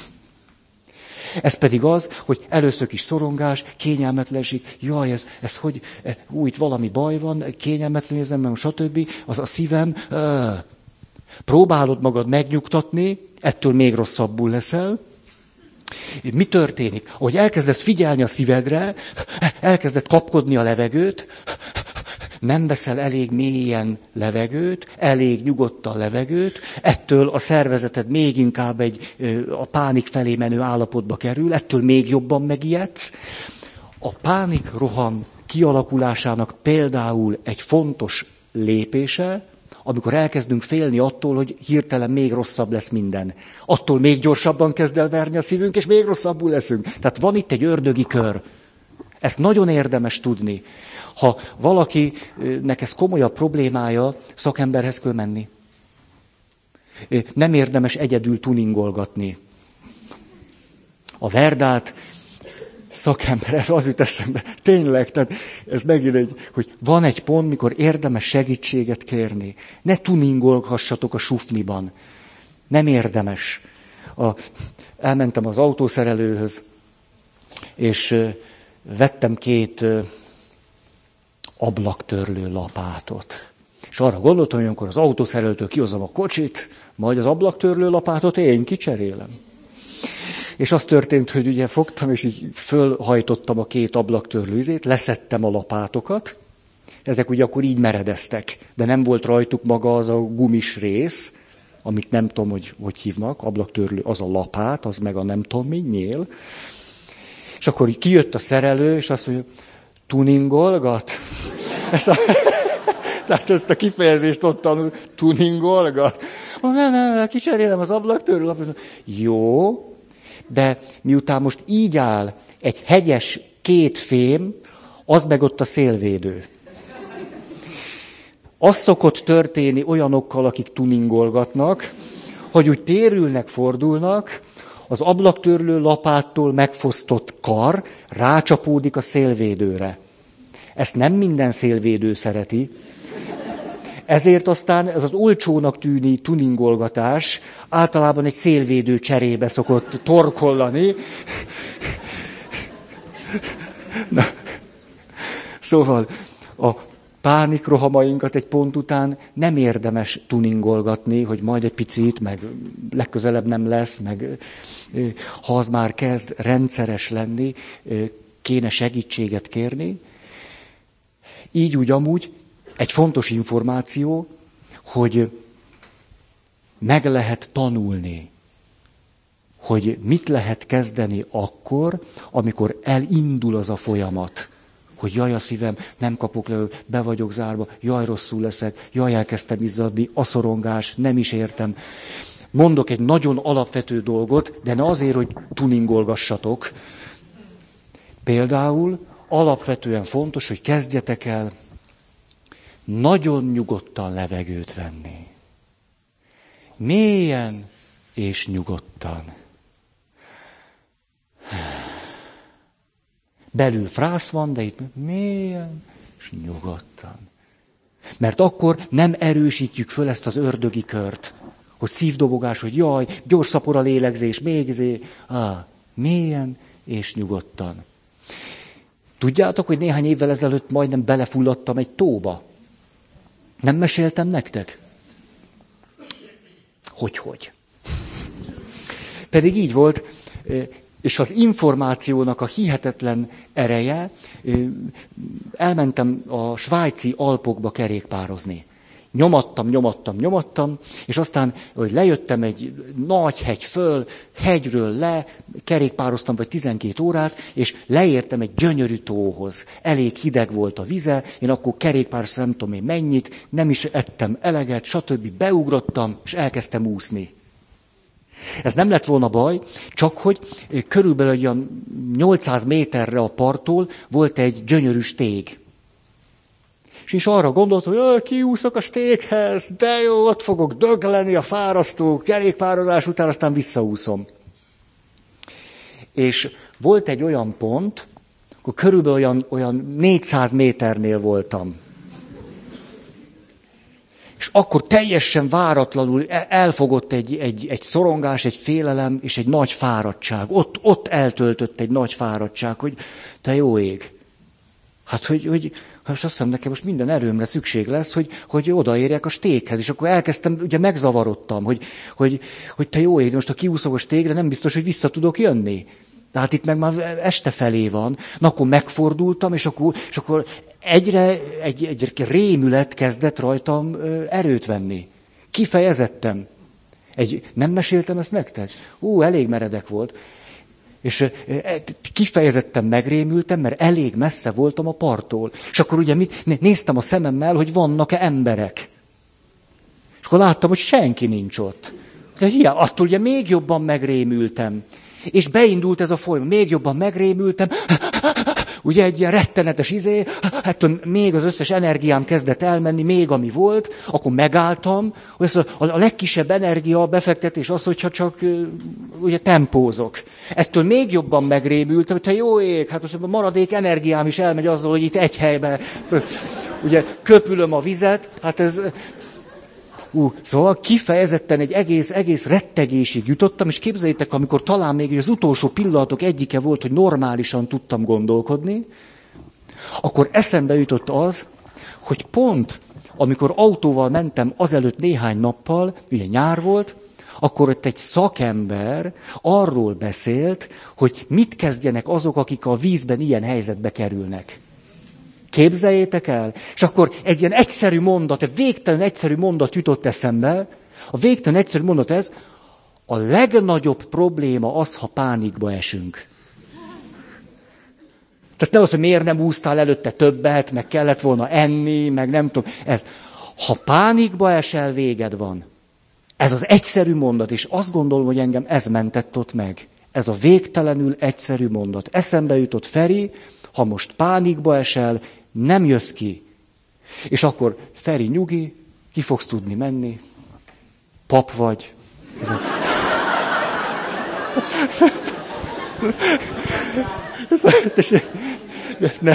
Ez pedig az, hogy először is szorongás, kényelmetlenség, jaj, ez, ez hogy, úgy itt valami baj van, kényelmetlen érzem, meg stb. Az a szívem, ö, próbálod magad megnyugtatni, ettől még rosszabbul leszel. Mi történik? Ahogy elkezdesz figyelni a szívedre, elkezded kapkodni a levegőt, nem veszel elég mélyen levegőt, elég nyugodtan levegőt, ettől a szervezeted még inkább egy a pánik felé menő állapotba kerül, ettől még jobban megijedsz. A pánikroham kialakulásának például egy fontos lépése, amikor elkezdünk félni attól, hogy hirtelen még rosszabb lesz minden. Attól még gyorsabban kezd el verni a szívünk, és még rosszabbul leszünk. Tehát van itt egy ördögi kör. Ezt nagyon érdemes tudni. Ha valakinek ez komolyabb problémája, szakemberhez kell menni. Nem érdemes egyedül tuningolgatni. A Verdát szakember, erre az jut eszembe. Tényleg, tehát ez megint egy, hogy van egy pont, mikor érdemes segítséget kérni. Ne tuningolgassatok a sufniban. Nem érdemes. A, elmentem az autószerelőhöz, és vettem két ablaktörlő lapátot. És arra gondoltam, hogy amikor az autószerelőtől kihozom a kocsit, majd az ablaktörlő lapátot én kicserélem. És az történt, hogy ugye fogtam, és így fölhajtottam a két ablaktörlő izét, leszettem a lapátokat, ezek ugye akkor így meredeztek, de nem volt rajtuk maga az a gumis rész, amit nem tudom, hogy hogy hívnak, ablaktörlő, az a lapát, az meg a nem tudom mi, nyél. És akkor kijött a szerelő, és azt mondja, tuningolgat? Ezt a, tehát ezt a kifejezést ott tanul, tuningolgat? Nem, nem, nem, kicserélem az ablaktörlő lapot. Jó, de miután most így áll egy hegyes két fém, az meg ott a szélvédő. Az szokott történni olyanokkal, akik tuningolgatnak, hogy úgy térülnek, fordulnak, az ablaktörlő lapáttól megfosztott kar rácsapódik a szélvédőre. Ezt nem minden szélvédő szereti. Ezért aztán ez az olcsónak tűni tuningolgatás általában egy szélvédő cserébe szokott torkollani. Na, szóval a pánikrohamainkat egy pont után nem érdemes tuningolgatni, hogy majd egy picit, meg legközelebb nem lesz, meg ha az már kezd rendszeres lenni, kéne segítséget kérni. Így úgy amúgy egy fontos információ, hogy meg lehet tanulni, hogy mit lehet kezdeni akkor, amikor elindul az a folyamat, hogy jaj a szívem, nem kapok le, be vagyok zárva, jaj rosszul leszek, jaj elkezdtem izzadni, a szorongás, nem is értem. Mondok egy nagyon alapvető dolgot, de ne azért, hogy tuningolgassatok. Például alapvetően fontos, hogy kezdjetek el nagyon nyugodtan levegőt venni. Mélyen és nyugodtan. Belül frász van, de itt mélyen és nyugodtan. Mert akkor nem erősítjük föl ezt az ördögi kört, hogy szívdobogás, hogy jaj, gyors szapor a lélegzés, még zé. Ah, mélyen és nyugodtan. Tudjátok, hogy néhány évvel ezelőtt majdnem belefulladtam egy tóba? Nem meséltem nektek? Hogy-hogy. Pedig így volt, és az információnak a hihetetlen ereje, elmentem a svájci Alpokba kerékpározni. Nyomattam, nyomattam, nyomattam, és aztán, hogy lejöttem egy nagy hegy föl, hegyről le, kerékpároztam vagy tizenkét órát, és leértem egy gyönyörű tóhoz. Elég hideg volt a vize, én akkor kerékpároztam, nem tudom én mennyit, nem is ettem eleget, stb. Beugrottam, és elkezdtem úszni. Ez nem lett volna baj, csak hogy körülbelül olyan nyolcszáz méterre a parttól volt egy gyönyörű stég. És is arra gondoltam, hogy kiúszok a stéghez, de jó, ott fogok dögleni a fárasztó kerékpározás után, aztán visszaúszom. És volt egy olyan pont, akkor körülbelül olyan, olyan négyszáz méternél voltam. És akkor teljesen váratlanul elfogott egy, egy, egy szorongás, egy félelem és egy nagy fáradtság. Ott, ott eltöltött egy nagy fáradtság, hogy te jó ég. Hát, hogy, hogy most azt hiszem, nekem most minden erőmre szükség lesz, hogy, hogy odaérjek a stéghez. És akkor elkezdtem, ugye megzavarodtam, hogy, hogy, hogy te jó ég, most ha kiúszok a stégre, nem biztos, hogy vissza tudok jönni. De hát itt meg már este felé van. Na, akkor megfordultam, és akkor, és akkor egyre egy, egy rémület kezdett rajtam erőt venni. Kifejezettem. Egy, nem meséltem ezt nektek? Ú, elég meredek volt. És kifejezetten megrémültem, mert elég messze voltam a parttól. És akkor ugye mit, néztem a szememmel, hogy vannak-e emberek. És akkor láttam, hogy senki nincs ott. De hiá, attól ugye még jobban megrémültem. És beindult ez a folyamat, még jobban megrémültem, ugye egy ilyen rettenetes izé, ettől még az összes energiám kezdett elmenni, még ami volt, akkor megálltam, hogy ez a, a legkisebb energia befektetés az, hogyha csak ugye tempózok. Ettől még jobban megrémültem, hogy te jó ég, hát most a maradék energiám is elmegy azzal, hogy itt egy helyben ugye köpülöm a vizet, hát ez... Ú, szóval kifejezetten egy egész, egész rettegésig jutottam, és képzeljétek, amikor talán még az utolsó pillanatok egyike volt, hogy normálisan tudtam gondolkodni, akkor eszembe jutott az, hogy pont, amikor autóval mentem azelőtt néhány nappal, ugye nyár volt, akkor ott egy szakember arról beszélt, hogy mit kezdjenek azok, akik a vízben ilyen helyzetbe kerülnek. Képzeljétek el? És akkor egy ilyen egyszerű mondat, egy végtelen egyszerű mondat jutott eszembe. A végtelen egyszerű mondat ez, a legnagyobb probléma az, ha pánikba esünk. Tehát nem az, hogy miért nem úsztál előtte többet, meg kellett volna enni, meg nem tudom. Ez. Ha pánikba esel, véged van. Ez az egyszerű mondat, és azt gondolom, hogy engem ez mentett ott meg. Ez a végtelenül egyszerű mondat. Eszembe jutott Feri, ha most pánikba esel, nem jössz ki. És akkor Feri, nyugi, ki fogsz tudni menni, pap vagy. Ne.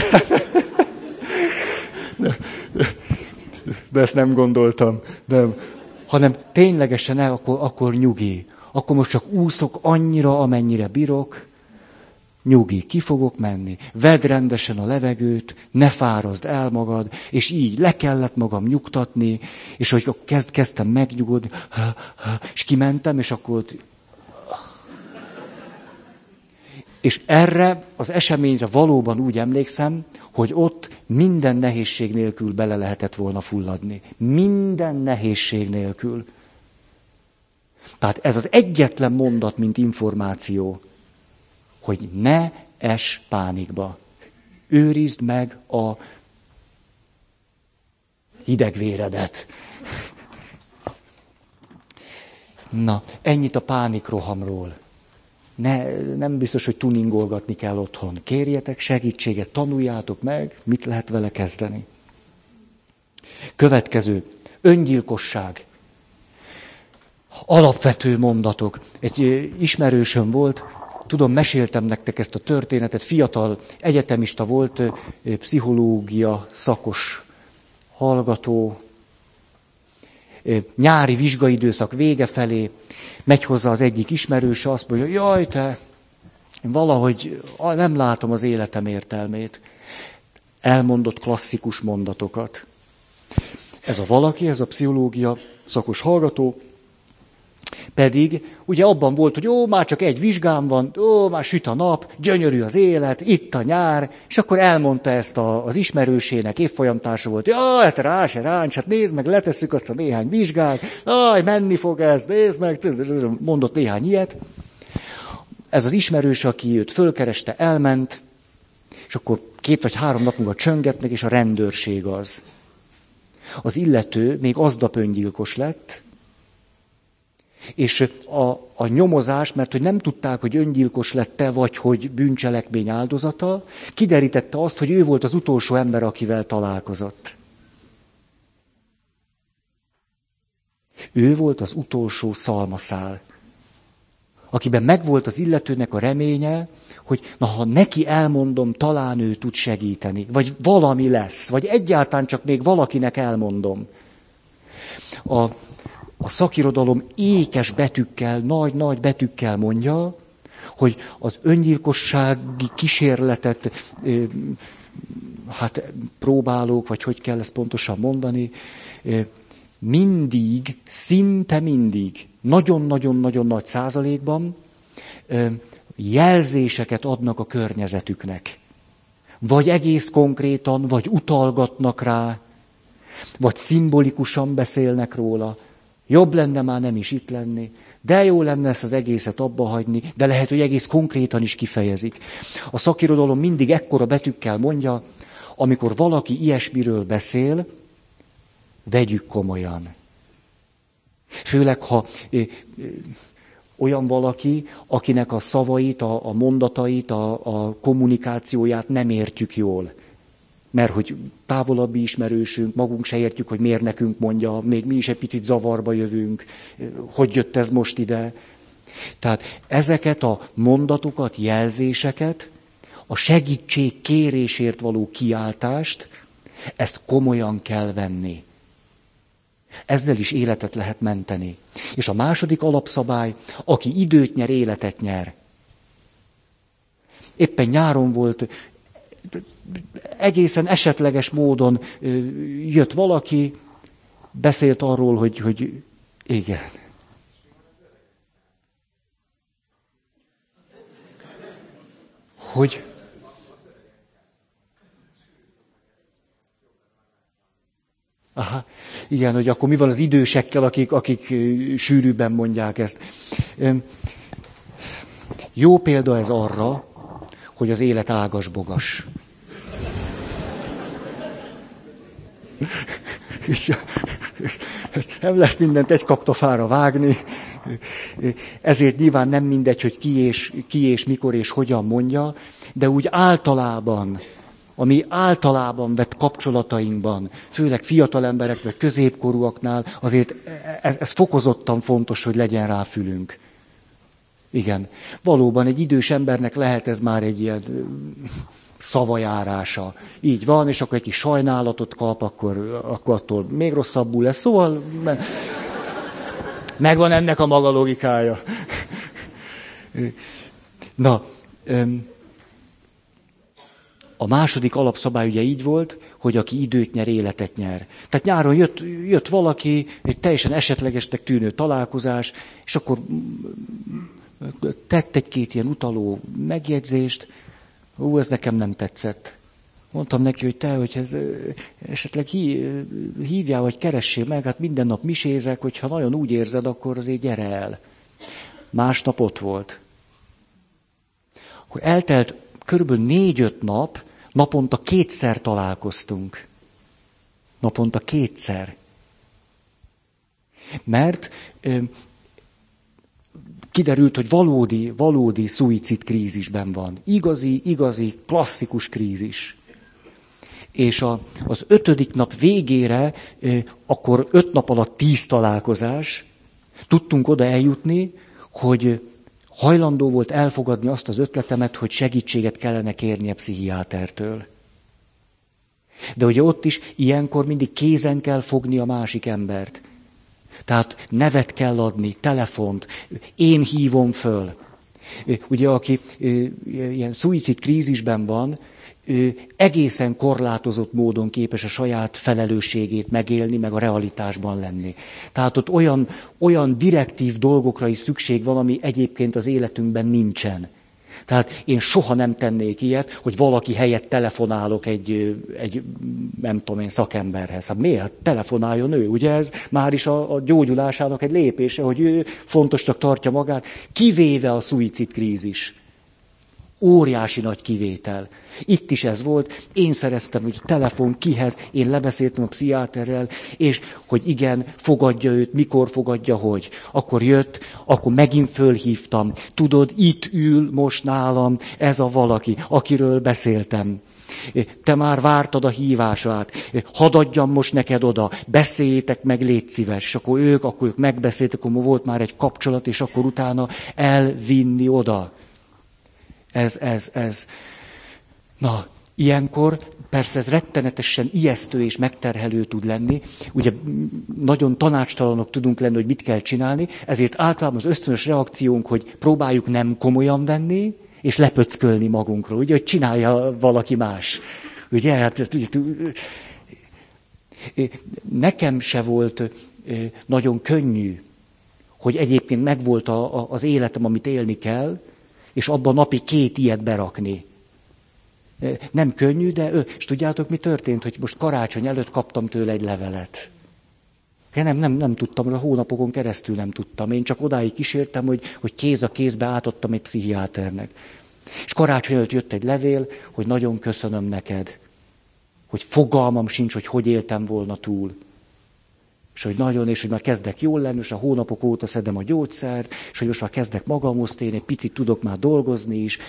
De ezt nem gondoltam. Nem. Hanem ténylegesen el, akkor, akkor nyugi. Akkor most csak úszok annyira, amennyire bírok. Nyugi, ki fogok menni, vedd rendesen a levegőt, ne fárazd el magad, és így le kellett magam nyugtatni, és hogy kezd, kezdtem megnyugodni, és kimentem, és akkor... És erre az eseményre valóban úgy emlékszem, hogy ott minden nehézség nélkül bele lehetett volna fulladni. Minden nehézség nélkül. Tehát ez az egyetlen mondat, mint információ, hogy ne ess pánikba. Őrizd meg a hidegvéredet. Na, ennyit a pánikrohamról. Ne, nem biztos, hogy tuningolgatni kell otthon. Kérjetek segítséget, tanuljátok meg, mit lehet vele kezdeni. Következő, öngyilkosság. Alapvető mondatok. Egy ismerősöm volt, tudom, meséltem nektek ezt a történetet, fiatal egyetemista volt, pszichológia szakos hallgató, nyári vizsgaidőszak vége felé, megy hozzá az egyik ismerőse, azt mondja, jaj te, valahogy nem látom az életem értelmét. Elmondott klasszikus mondatokat. Ez a valaki, ez a pszichológia szakos hallgató, pedig ugye abban volt, hogy ó, már csak egy vizsgám van, ó, már süt a nap, gyönyörű az élet, itt a nyár, és akkor elmondta ezt a, az ismerősének, évfolyamtársa volt, jaj, hát rá se ráncs, hát nézd meg, letesszük azt a néhány vizsgát, aj, menni fog ez, nézd meg, mondott néhány ilyet. Ez az ismerős, aki őt fölkereste, elment, és akkor két vagy három nap múlva csöngetnek, és a rendőrség az. Az illető még aznap öngyilkos lett, és a, a nyomozás, mert hogy nem tudták, hogy öngyilkos lett-e, vagy hogy bűncselekmény áldozata, kiderítette azt, hogy ő volt az utolsó ember, akivel találkozott. Ő volt az utolsó szalmaszál, akiben megvolt az illetőnek a reménye, hogy na, ha neki elmondom, talán ő tud segíteni, vagy valami lesz, vagy egyáltalán csak még valakinek elmondom. A, a szakirodalom ékes betűkkel, nagy-nagy betűkkel mondja, hogy az öngyilkossági kísérletet hát próbálók, vagy hogy kell ezt pontosan mondani, mindig, szinte mindig, nagyon-nagyon-nagyon nagy százalékban jelzéseket adnak a környezetüknek. Vagy egész konkrétan, vagy utalgatnak rá, vagy szimbolikusan beszélnek róla. Jobb lenne már nem is itt lenni, de jó lenne ezt az egészet abba hagyni, de lehet, hogy egész konkrétan is kifejezik. A szakirodalom mindig ekkora betűkkel mondja, amikor valaki ilyesmiről beszél, vegyük komolyan. Főleg, ha ö, ö, olyan valaki, akinek a szavait, a, a mondatait, a, a kommunikációját nem értjük jól. Mert hogy távolabbi ismerősünk, magunk se értjük, hogy miért nekünk mondja, még mi is egy picit zavarba jövünk, hogy jött ez most ide. Tehát ezeket a mondatokat, jelzéseket, a segítség kérésért való kiáltást, ezt komolyan kell venni. Ezzel is életet lehet menteni. És a második alapszabály, aki időt nyer, életet nyer. Éppen nyáron volt, egészen esetleges módon jött valaki, beszélt arról, hogy, hogy igen. Hogy? Aha, igen, hogy akkor mi van az idősekkel, akik, akik sűrűbben mondják ezt. Jó példa ez arra, hogy az élet ágas-bogas. Nem lehet mindent egy kaptafára vágni, ezért nyilván nem mindegy, hogy ki és, ki és mikor és hogyan mondja, de úgy általában, ami általában vett kapcsolatainkban, főleg fiatal emberek vagy középkorúaknál, azért ez, ez fokozottan fontos, hogy legyen rá fülünk. Igen. Valóban egy idős embernek lehet ez már egy ilyen szavajárása. Így van, és akkor egy kis sajnálatot kap, akkor, akkor attól még rosszabbul lesz. Szóval megvan ennek a maga logikája. Na, a második alapszabály ugye így volt, hogy aki időt nyer, életet nyer. Tehát nyáron jött, jött valaki, egy teljesen esetlegesnek tűnő találkozás, és akkor tett egy-két ilyen utaló megjegyzést, ú, ez nekem nem tetszett. Mondtam neki, hogy te, hogy ez esetleg hívjál, vagy keressél meg, hát minden nap misézek, hogyha nagyon úgy érzed, akkor azért gyere el. Másnap ott volt. Akkor eltelt körülbelül négy-öt nap, naponta kétszer találkoztunk. Naponta kétszer. Mert ö, kiderült, hogy valódi, valódi szuicid krízisben van. Igazi, igazi, klasszikus krízis. És a, az ötödik nap végére, ö, akkor öt nap alatt tíz találkozás, tudtunk oda eljutni, hogy hajlandó volt elfogadni azt az ötletemet, hogy segítséget kellene kérnie pszichiátertől. De ugye ott is ilyenkor mindig kézen kell fogni a másik embert. Tehát nevet kell adni, telefont, én hívom föl. Ugye aki ilyen szuicid krízisben van, egészen korlátozott módon képes a saját felelősségét megélni, meg a realitásban lenni. Tehát ott olyan, olyan direktív dolgokra is szükség van, ami egyébként az életünkben nincsen. Tehát én soha nem tennék ilyet, hogy valaki helyett telefonálok egy, egy nem tudom én, szakemberhez. Hát miért? Telefonáljon ő, ugye ez már is a, a gyógyulásának egy lépése, hogy ő fontosnak tartja magát, kivéve a szuicid krízis. Óriási nagy kivétel. Itt is ez volt, én szereztem, hogy telefon kihez, én lebeszéltem a pszichiáterrel, és hogy igen, fogadja őt, mikor fogadja, hogy. Akkor jött, akkor megint fölhívtam. Tudod, itt ül most nálam ez a valaki, akiről beszéltem. Te már vártad a hívását, hadd adjam most neked oda, beszéljétek meg, légy szíves. És akkor ők, akkor ők megbeszéltek, akkor volt már egy kapcsolat, és akkor utána elvinni oda. Ez, ez, ez. Na, ilyenkor persze ez rettenetesen ijesztő és megterhelő tud lenni. Ugye nagyon tanácstalanok tudunk lenni, hogy mit kell csinálni, ezért általában az ösztönös reakciónk, hogy próbáljuk nem komolyan venni, és lepöckölni magunkról, ugye, hogy csinálja valaki más. Ugye, hát nekem se volt nagyon könnyű, hogy egyébként megvolt a, a, az életem, amit élni kell, és abban napi két ilyet berakni. Nem könnyű, de és tudjátok, mi történt, hogy most karácsony előtt kaptam tőle egy levelet. Én nem, nem, nem tudtam, a hónapokon keresztül nem tudtam. Én csak odáig kísértem, hogy, hogy kéz a kézbe átadtam egy pszichiáternek. És karácsony előtt jött egy levél, hogy nagyon köszönöm neked, hogy fogalmam sincs, hogy hogy éltem volna túl. És hogy nagyon, és hogy már kezdek jól lenni, és a hónapok óta szedem a gyógyszert, és hogy most már kezdek magamhoz térni, egy picit tudok már dolgozni is.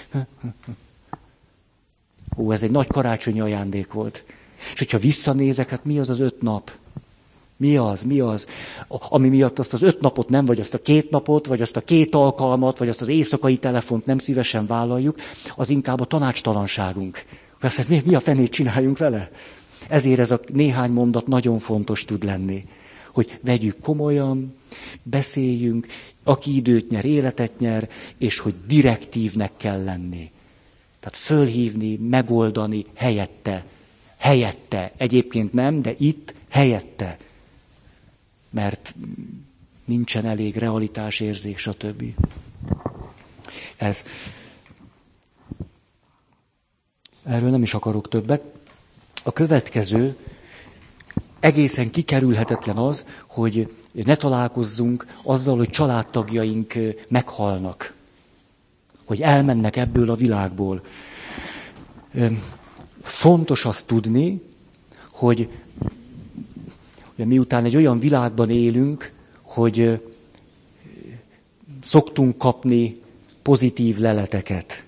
Ó, ez egy nagy karácsonyi ajándék volt. És hogyha visszanézek, hát mi az az öt nap? Mi az, mi az? Ami miatt azt az öt napot nem, vagy azt a két napot, vagy azt a két alkalmat, vagy azt az éjszakai telefont nem szívesen vállaljuk, az inkább a tanácstalanságunk. Azt mondja, mi, mi a fenét csináljunk vele? Ezért ez a néhány mondat nagyon fontos tud lenni. Hogy vegyük komolyan, beszéljünk, aki időt nyer, életet nyer, és hogy direktívnek kell lenni. Tehát fölhívni, megoldani helyette. Helyette. Egyébként nem, de itt helyette. Mert nincsen elég realitásérzék, stb. Ez. Erről nem is akarok többet. A következő, egészen kikerülhetetlen az, hogy ne találkozzunk azzal, hogy családtagjaink meghalnak. Hogy elmennek ebből a világból. Fontos azt tudni, hogy miután egy olyan világban élünk, hogy szoktunk kapni pozitív leleteket.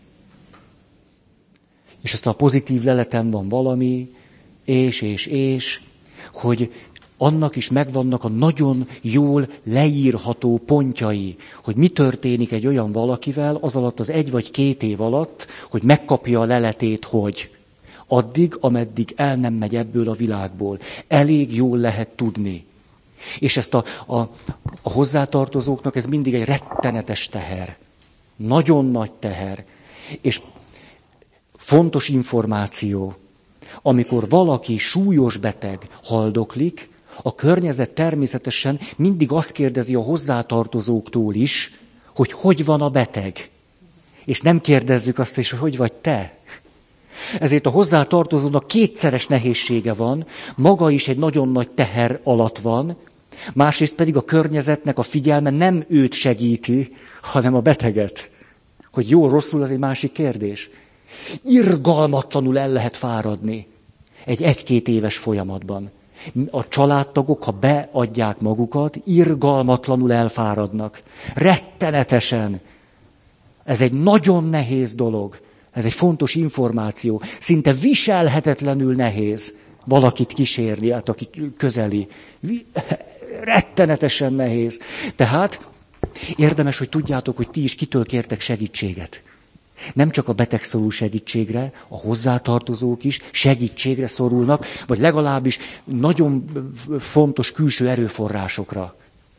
És aztán a pozitív leleten van valami, és, és, és, hogy annak is megvannak a nagyon jól leírható pontjai, hogy mi történik egy olyan valakivel az alatt az egy vagy két év alatt, hogy megkapja a leletét, hogy addig, ameddig el nem megy ebből a világból. Elég jól lehet tudni. És ezt a, a, a hozzátartozóknak ez mindig egy rettenetes teher. Nagyon nagy teher. És fontos információ, amikor valaki súlyos beteg haldoklik, a környezet természetesen mindig azt kérdezi a hozzátartozóktól is, hogy hogy van a beteg. És nem kérdezzük azt is, hogy hogy vagy te. Ezért a hozzátartozónak kétszeres nehézsége van, maga is egy nagyon nagy teher alatt van, másrészt pedig a környezetnek a figyelme nem őt segíti, hanem a beteget. Hogy jól-rosszul, az egy másik kérdés. Irgalmatlanul el lehet fáradni egy egy-két éves folyamatban. A családtagok, ha beadják magukat, irgalmatlanul elfáradnak. Rettenetesen. Ez egy nagyon nehéz dolog. Ez egy fontos információ. Szinte viselhetetlenül nehéz valakit kísérni, hát aki közeli. Rettenetesen nehéz. Tehát Érdemes, hogy tudjátok, hogy ti is kitől kértek segítséget. Nem csak a beteg szorul segítségre, a hozzátartozók is segítségre szorulnak, vagy legalábbis nagyon fontos külső erőforrásokra.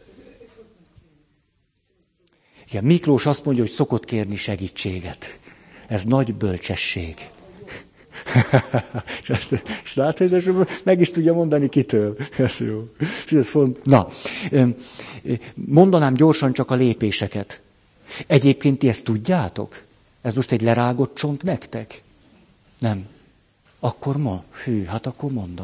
Igen, Miklós azt mondja, hogy szokott kérni segítséget. Ez nagy bölcsesség. És látod, hogy meg is tudja mondani kitől. Ez jó. Ez font... Na, mondanám gyorsan csak a lépéseket. Egyébként ti ezt tudjátok? Ez most egy lerágott csont nektek? Nem. Akkor ma? Hű, hát akkor mondom.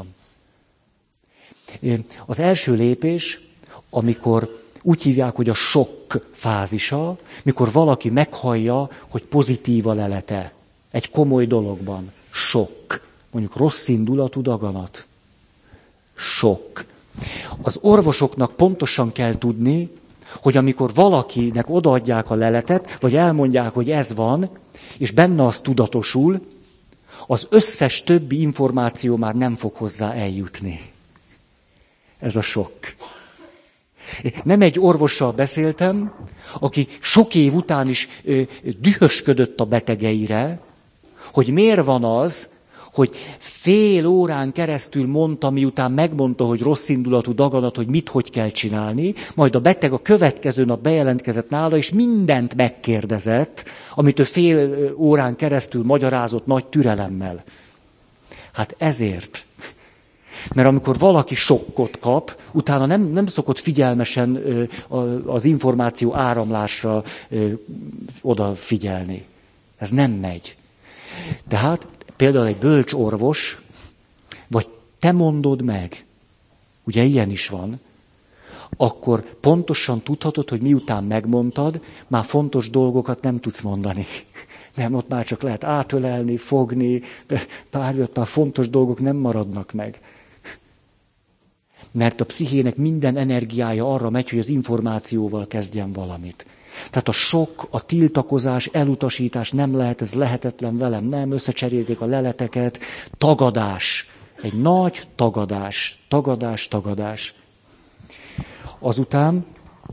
Az első lépés, amikor úgy hívják, hogy a sokk fázisa, mikor valaki meghallja, hogy pozitív a lelete. Egy komoly dologban. Sokk. Mondjuk rossz indulatú daganat. Sokk. Az orvosoknak pontosan kell tudni, hogy amikor valakinek odaadják a leletet, vagy elmondják, hogy ez van, és benne az tudatosul, az összes többi információ már nem fog hozzá eljutni. Ez a sokk. Nem egy orvossal beszéltem, aki sok év után is ö, dühösködött a betegeire, hogy miért van az, hogy fél órán keresztül mondta, miután megmondta, hogy rossz indulatú daganat, hogy mit, hogy kell csinálni, majd a beteg a következő nap bejelentkezett nála, és mindent megkérdezett, amit ő fél órán keresztül magyarázott nagy türelemmel. Hát ezért. Mert amikor valaki sokkot kap, utána nem, nem szokott figyelmesen ö, az információ áramlásra ö, odafigyelni. Ez nem megy. Tehát például egy bölcs orvos, vagy te mondod meg, ugye ilyen is van, akkor pontosan tudhatod, hogy miután megmondtad, már fontos dolgokat nem tudsz mondani. Nem, ott már csak lehet átölelni, fogni, pár már fontos dolgok nem maradnak meg. Mert a pszichének minden energiája arra megy, hogy az információval kezdjen valamit. Tehát a sok, a tiltakozás, elutasítás nem lehet, ez lehetetlen velem, nem, összecserélték a leleteket, tagadás, egy nagy tagadás, tagadás, tagadás. Azután,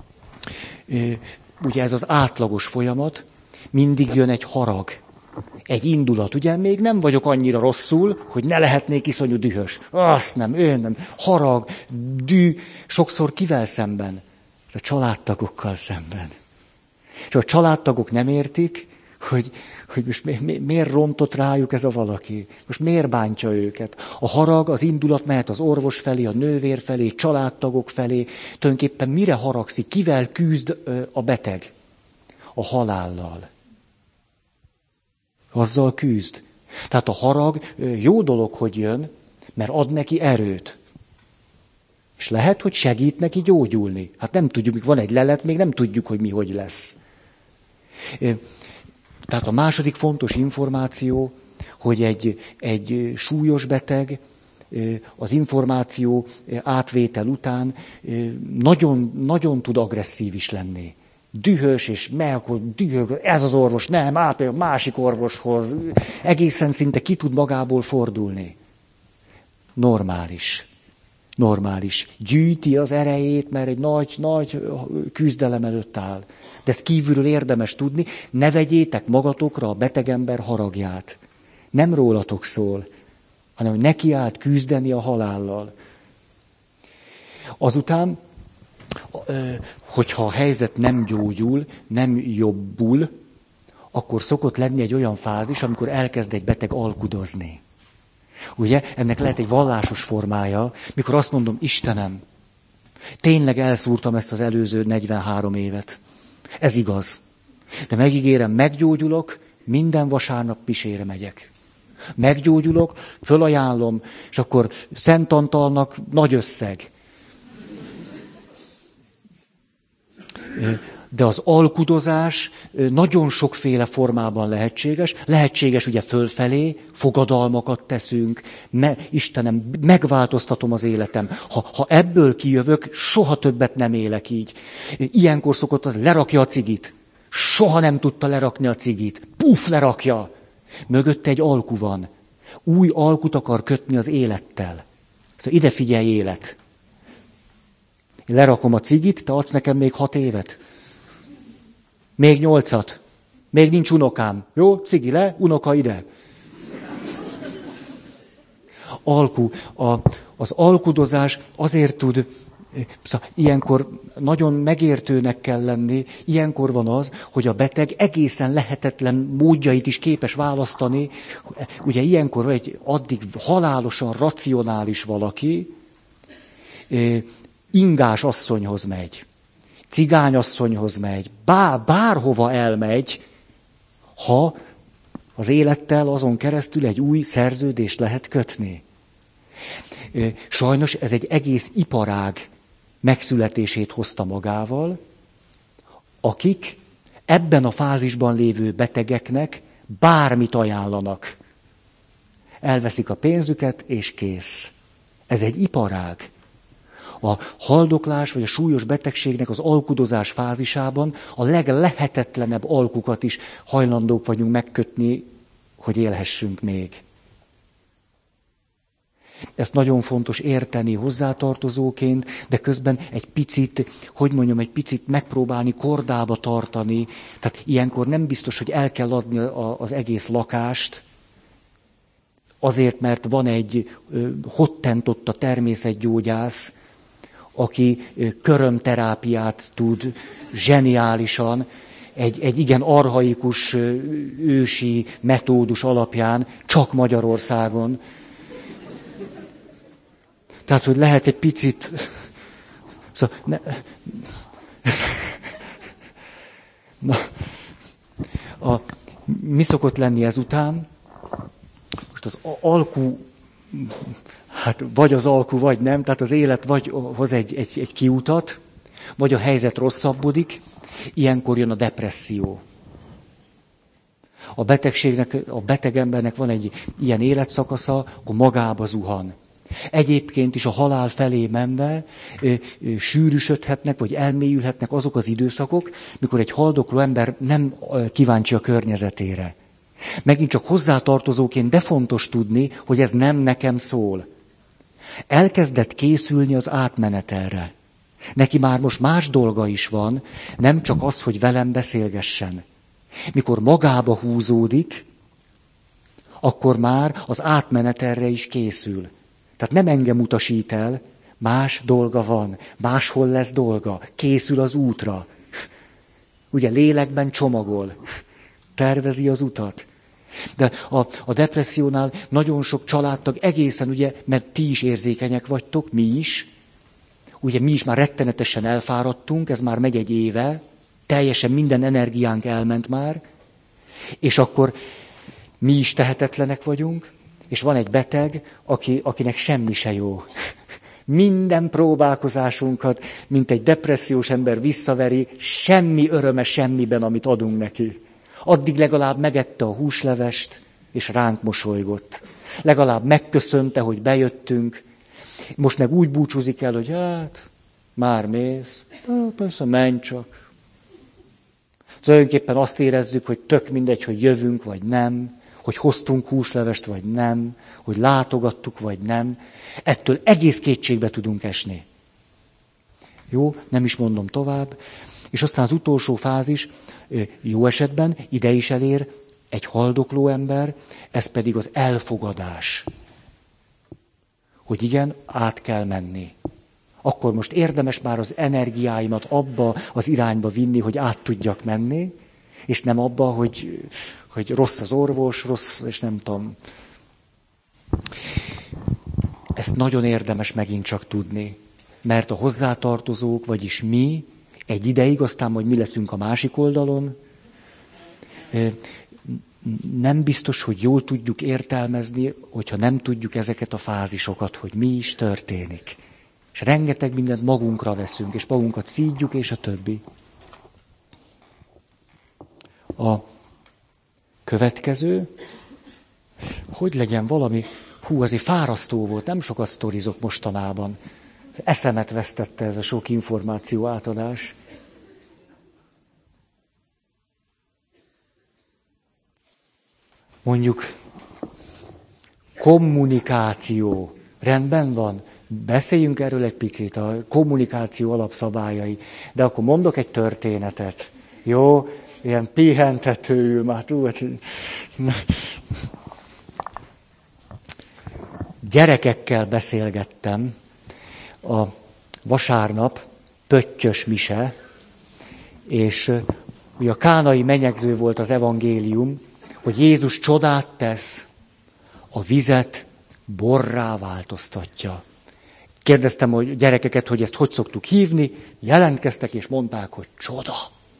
ugye ez az átlagos folyamat, mindig jön egy harag, egy indulat, ugye még nem vagyok annyira rosszul, hogy ne lehetnék iszonyú dühös. Azt nem, én nem. Harag, dű, sokszor kivel szemben? A családtagokkal szemben. És a családtagok nem értik, hogy, hogy most mi, mi, miért rontott rájuk ez a valaki. Most miért bántja őket. A harag, az indulat mehet az orvos felé, a nővér felé, családtagok felé. Tulajdonképpen mire haragszik, kivel küzd a beteg? A halállal. Azzal küzd. Tehát a harag jó dolog, hogy jön, mert ad neki erőt. És lehet, hogy segít neki gyógyulni. Hát nem tudjuk, mikor van egy lelet, még nem tudjuk, hogy mi hogy lesz. Tehát a második fontos információ, hogy egy, egy súlyos beteg az információ átvétel után nagyon, nagyon tud agresszív is lenni. Dühös, és meg akkor dühös, ez az orvos, nem, át a másik orvoshoz. Egészen szinte ki tud magából fordulni. Normális. Normális. Gyűjti az erejét, mert egy nagy, nagy küzdelem előtt áll. De ezt kívülről érdemes tudni, ne vegyétek magatokra a betegember haragját. Nem rólatok szól, hanem hogy neki állt küzdeni a halállal. Azután, hogyha a helyzet nem gyógyul, nem jobbul, akkor szokott lenni egy olyan fázis, amikor elkezd egy beteg alkudozni. Ugye, ennek lehet egy vallásos formája, mikor azt mondom, Istenem, tényleg elszúrtam ezt az előző negyvenhárom évet. Ez igaz. De megígérem, meggyógyulok, minden vasárnap misére megyek. Meggyógyulok, fölajánlom, és akkor Szent Antalnak nagy összeg. De az alkudozás nagyon sokféle formában lehetséges. Lehetséges ugye fölfelé, fogadalmakat teszünk, me, Istenem, megváltoztatom az életem. Ha, ha ebből kijövök, soha többet nem élek így. Ilyenkor szokott az, lerakja a cigit. Soha nem tudta lerakni a cigit. Puf, lerakja. Mögötte egy alku van. Új alkut akar kötni az élettel. Szóval ide figyelj, élet. Én lerakom a cigit, te adsz nekem még hat évet. Még nyolcat. Még nincs unokám. Jó, cigi le, unoka ide. Alku. A, az alkudozás azért tud, szóval ilyenkor nagyon megértőnek kell lenni, ilyenkor van az, hogy a beteg egészen lehetetlen módjait is képes választani. Ugye ilyenkor egy addig halálosan racionális valaki, ingás asszonyhoz megy, cigányasszonyhoz megy, bár, bárhova elmegy, ha az élettel azon keresztül egy új szerződést lehet kötni. Sajnos ez egy egész iparág megszületését hozta magával, akik ebben a fázisban lévő betegeknek bármit ajánlanak. Elveszik a pénzüket, és kész. Ez egy iparág. A haldoklás vagy a súlyos betegségnek az alkudozás fázisában a leglehetetlenebb alkukat is hajlandók vagyunk megkötni, hogy élhessünk még. Ezt nagyon fontos érteni hozzátartozóként, de közben egy picit, hogy mondjam, egy picit megpróbálni kordába tartani. Tehát ilyenkor nem biztos, hogy el kell adni az egész lakást, azért, mert van egy hottentott a természetgyógyász, aki körömterápiát tud zseniálisan, egy, egy igen archaikus ősi metódus alapján, csak Magyarországon. Tehát, hogy lehet egy picit... Szóval, ne... Na, a, mi szokott lenni ezután? Most az alku, hát vagy az alku, vagy nem, tehát az élet vagy hoz egy, egy, egy kiutat, vagy a helyzet rosszabbodik, ilyenkor jön a depresszió. A betegségnek, a beteg embernek van egy ilyen életszakasza, akkor magába zuhan. Egyébként is a halál felé menve ö, ö, sűrűsödhetnek, vagy elmélyülhetnek azok az időszakok, mikor egy haldokló ember nem kíváncsi a környezetére. Megint csak hozzátartozóként, de fontos tudni, hogy ez nem nekem szól. Elkezdett készülni az átmenetelre. Neki már most más dolga is van, nem csak az, hogy velem beszélgessen. Mikor magába húzódik, akkor már az átmenetelre is készül. Tehát nem engem utasít el, más dolga van, máshol lesz dolga, készül az útra. Ugye lélekben csomagol, tervezi az utat. De a, a depressziónál nagyon sok családtag egészen, ugye, mert ti is érzékenyek vagytok, mi is, ugye mi is már rettenetesen elfáradtunk, ez már megy egy éve, teljesen minden energiánk elment már, és akkor mi is tehetetlenek vagyunk, és van egy beteg, aki, akinek semmi se jó. Minden próbálkozásunkat, mint egy depressziós ember visszaveri, semmi öröme semmiben, amit adunk neki. Addig legalább megette a húslevest, és ránk mosolygott. Legalább megköszönte, hogy bejöttünk. Most meg úgy búcsúzik el, hogy hát, már mész. Ah, persze, menj csak. Tulajdonképpen azt érezzük, hogy tök mindegy, hogy jövünk, vagy nem, hogy hoztunk húslevest, vagy nem, hogy látogattuk, vagy nem. Ettől egész kétségbe tudunk esni. Jó, nem is mondom tovább. És aztán az utolsó fázis, jó esetben ide is elér egy haldokló ember, ez pedig az elfogadás. Hogy igen, át kell menni. Akkor most érdemes már az energiáimat abba az irányba vinni, hogy át tudjak menni, és nem abba, hogy, hogy rossz az orvos, rossz, és nem tudom. Ezt nagyon érdemes megint csak tudni, mert a hozzátartozók, vagyis mi, egy ideig, aztán majd mi leszünk a másik oldalon, nem biztos, hogy jól tudjuk értelmezni, hogyha nem tudjuk ezeket a fázisokat, hogy mi is történik. És rengeteg mindent magunkra veszünk, és magunkat szídjuk, és a többi. A következő, hogy legyen valami, hú, azért fárasztó volt, nem sokat sztorizok mostanában. Eszemet vesztette ez a sok információ átadás. Mondjuk kommunikáció. Rendben van? Beszéljünk erről egy picit, a kommunikáció alapszabályai. De akkor mondok egy történetet. Jó? ilyen pihentetőül már túl. Gyerekekkel beszélgettem a vasárnap, pöttyös mise, és ugye a kánai menyegző volt az evangélium, hogy Jézus csodát tesz, a vizet borrá változtatja. Kérdeztem a gyerekeket, hogy ezt hogy szoktuk hívni, jelentkeztek és mondták, hogy csoda.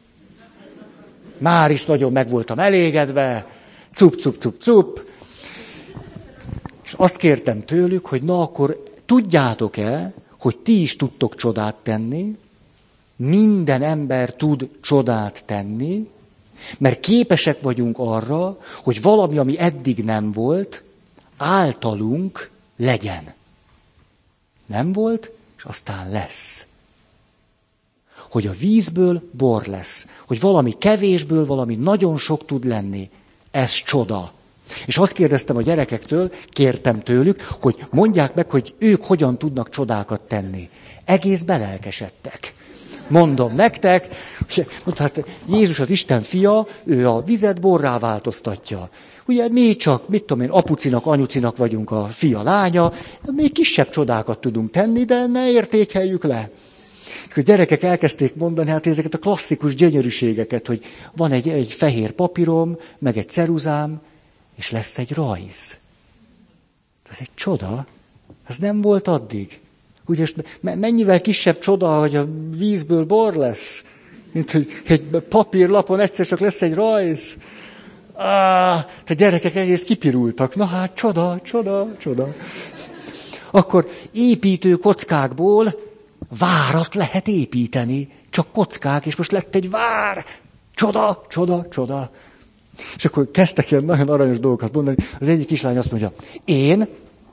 Már is nagyon meg voltam elégedve, cup, cup, cup, cup. És azt kértem tőlük, hogy na akkor tudjátok-e, hogy ti is tudtok csodát tenni, minden ember tud csodát tenni, mert képesek vagyunk arra, hogy valami, ami eddig nem volt, általunk legyen. Nem volt, és aztán lesz. Hogy a vízből bor lesz. Hogy valami kevésből valami nagyon sok tud lenni. Ez csoda. És azt kérdeztem a gyerekektől, kértem tőlük, hogy mondják meg, hogy ők hogyan tudnak csodákat tenni. Egész belelkesedtek. Mondom nektek, hát Jézus az Isten fia, ő a vizet borrá változtatja. Ugye mi csak, mit tudom én, apucinak, anyucinak vagyunk a fia, lánya, még kisebb csodákat tudunk tenni, de ne értékeljük le. És a gyerekek elkezdték mondani, hát ezeket a klasszikus gyönyörűségeket, hogy van egy, egy fehér papírom, meg egy ceruzám, és lesz egy rajz. Ez egy csoda. Ez nem volt addig. Ugye mennyivel kisebb csoda, hogy a vízből bor lesz, mint hogy egy papírlapon egyszer csak lesz egy rajz. Á, a gyerekek egész kipirultak. Na hát, csoda, csoda, csoda. Akkor építő kockákból várat lehet építeni. Csak kockák, és most lett egy vár. Csoda, csoda, csoda. És akkor kezdtek ilyen nagyon aranyos dolgokat mondani. Az egyik kislány azt mondja, én...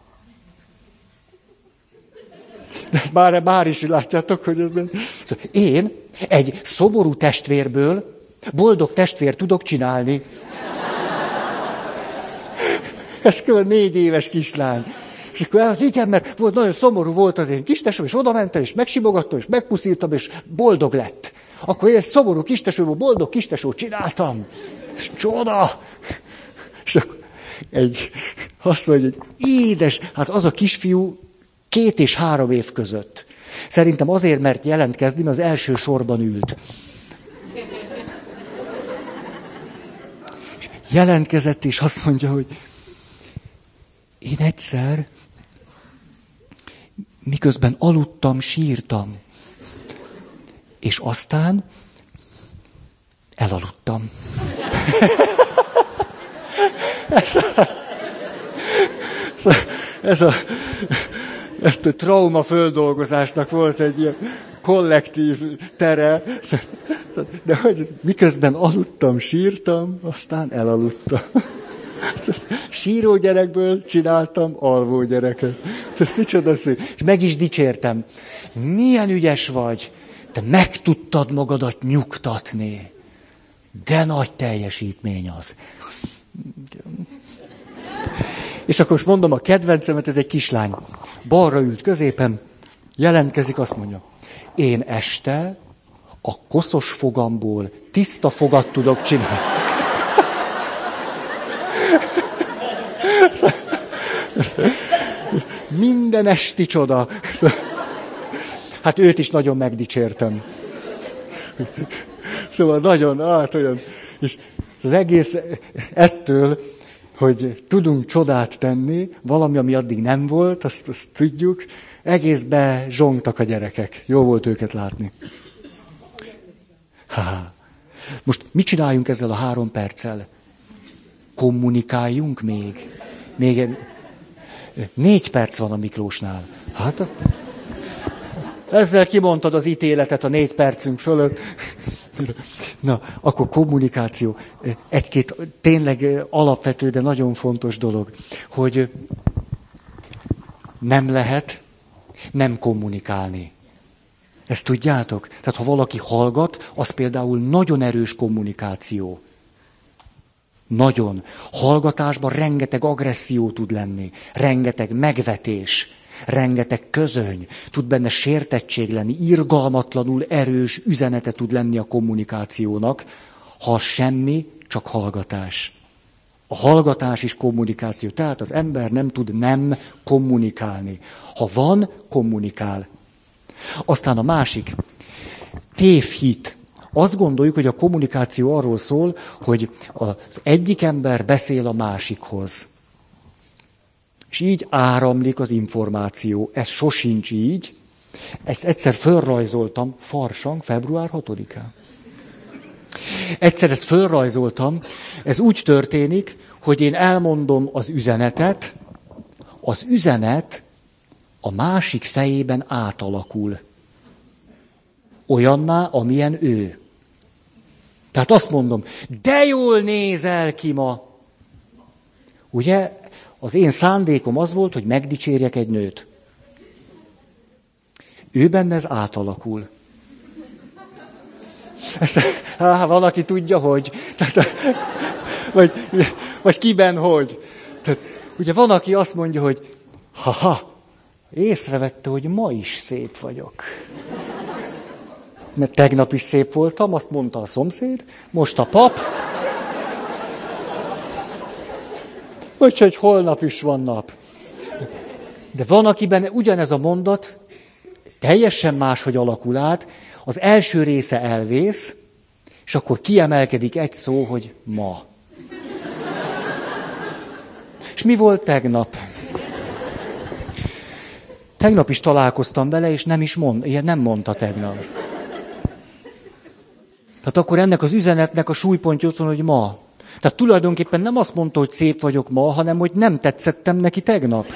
De már, már is látjátok, hogy ez... Én egy szomorú testvérből boldog testvér tudok csinálni. Ez kb. négy éves kislány. És akkor igen, mert volt, nagyon szomorú volt az én kistesóm, és oda mentem, és megsimogattam, és megpuszítam, és boldog lett. Akkor én egy szomorú kistesóból boldog kistesót csináltam. Ez csoda! És akkor egy, azt mondja, hogy édes, hát az a kisfiú két és három év között. Szerintem azért, mert jelentkezni, mert az első sorban ült. Jelentkezett, és azt mondja, hogy én egyszer, miközben aludtam, sírtam. És aztán elaludtam. ez a, ez a, ez a trauma földolgozásnak volt egy ilyen kollektív tere. De hogy miközben aludtam, sírtam, aztán elaludtam. Síró gyerekből csináltam alvó gyereket. Ez micsoda szép. És meg is dicsértem. Milyen ügyes vagy. Te meg tudtad magadat nyugtatni. De nagy teljesítmény az. És akkor most mondom a kedvencemet, ez egy kislány. Balra ült középen, jelentkezik, azt mondja. Én este a koszos fogamból tiszta fogat tudok csinálni. Minden esti csoda. Hát őt is nagyon megdicsértem. Szóval nagyon, hát olyan. És az egész ettől, hogy tudunk csodát tenni, valami, ami addig nem volt, azt, azt tudjuk, egészbe zsongtak a gyerekek. Jó volt őket látni. Ha. Most mit csináljunk ezzel a három perccel? Kommunikáljunk még? Még négy perc van a Miklósnál. Hát a... ezzel kimondtad az ítéletet a négy percünk fölött. Na, akkor kommunikáció. Egy-két tényleg alapvető, de nagyon fontos dolog, hogy nem lehet nem kommunikálni. Ezt tudjátok? Tehát ha valaki hallgat, az például nagyon erős kommunikáció. Nagyon. Hallgatásban rengeteg agresszió tud lenni, rengeteg megvetés, rengeteg közöny, tud benne sértettség lenni, irgalmatlanul erős üzenete tud lenni a kommunikációnak, Ha semmi, csak hallgatás. A hallgatás is kommunikáció. Tehát az ember nem tud nem kommunikálni. Ha van, kommunikál. Aztán a másik, tévhit. Azt gondoljuk, hogy a kommunikáció arról szól, hogy az egyik ember beszél a másikhoz. És így áramlik az információ. Ez sosincs így. Ezt egyszer fölrajzoltam, farsang, február hatodikán. Egyszer ezt fölrajzoltam, ez úgy történik, hogy én elmondom az üzenetet, az üzenet a másik fejében átalakul. Olyanná, amilyen ő. Tehát azt mondom, de jól nézel ki ma. Ugye, az én szándékom az volt, hogy megdicsérjek egy nőt. Ő benne ez átalakul. Ezt, há, valaki tudja, hogy. Tehát, vagy, vagy kiben, hogy. Tehát, ugye van, aki azt mondja, hogy ha-ha, észrevette, hogy ma is szép vagyok. Mert tegnap is szép voltam, azt mondta a szomszéd, most a pap. Úgyhogy holnap is van nap. De van, akiben ugyanez a mondat teljesen máshogy alakul át, az első része elvész, és akkor kiemelkedik egy szó, hogy ma. És mi volt tegnap? Tegnap is találkoztam vele, és nem is mond, ilyen nem mondta tegnap. Tehát akkor ennek az üzenetnek a súlypontja ott van, hogy ma. Tehát tulajdonképpen nem azt mondta, hogy szép vagyok ma, hanem hogy nem tetszettem neki tegnap.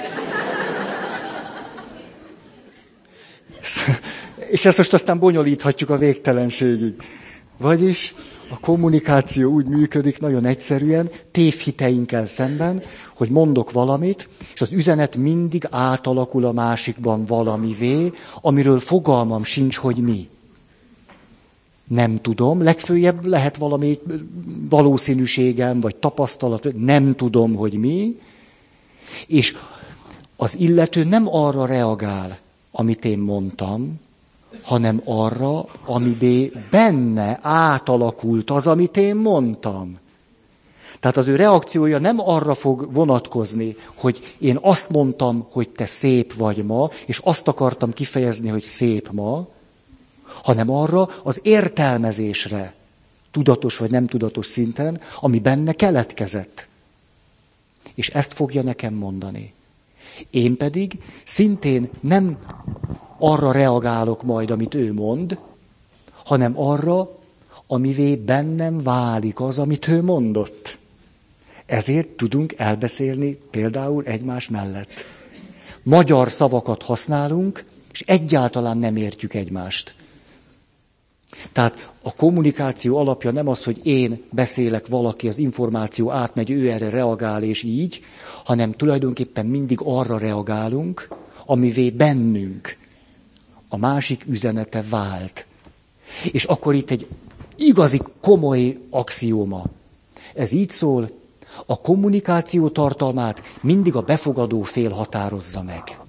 És ezt most aztán bonyolíthatjuk a végtelenségig. Vagyis a kommunikáció úgy működik nagyon egyszerűen, tévhiteinkkel szemben, hogy mondok valamit, és az üzenet mindig átalakul a másikban valamivé, amiről fogalmam sincs, hogy mi. Nem tudom, legfőjebb lehet valami valószínűségem, vagy tapasztalat, nem tudom, hogy mi, és az illető nem arra reagál, amit én mondtam, hanem arra, amibé benne átalakult az, amit én mondtam. Tehát az ő reakciója nem arra fog vonatkozni, hogy én azt mondtam, hogy te szép vagy ma, és azt akartam kifejezni, hogy szép ma, hanem arra az értelmezésre, tudatos vagy nem tudatos szinten, ami benne keletkezett. És ezt fogja nekem mondani. Én pedig szintén nem arra reagálok majd, amit ő mond, hanem arra, amivé bennem válik az, amit ő mondott. Ezért tudunk elbeszélni például egymás mellett. Magyar szavakat használunk, és egyáltalán nem értjük egymást. Tehát a kommunikáció alapja nem az, hogy én beszélek, valaki, az információ átmegy, ő erre reagál, és így, hanem tulajdonképpen mindig arra reagálunk, amivé bennünk a másik üzenete vált. És akkor itt egy igazi komoly axióma. Ez így szól, a kommunikáció tartalmát mindig a befogadó fél határozza meg.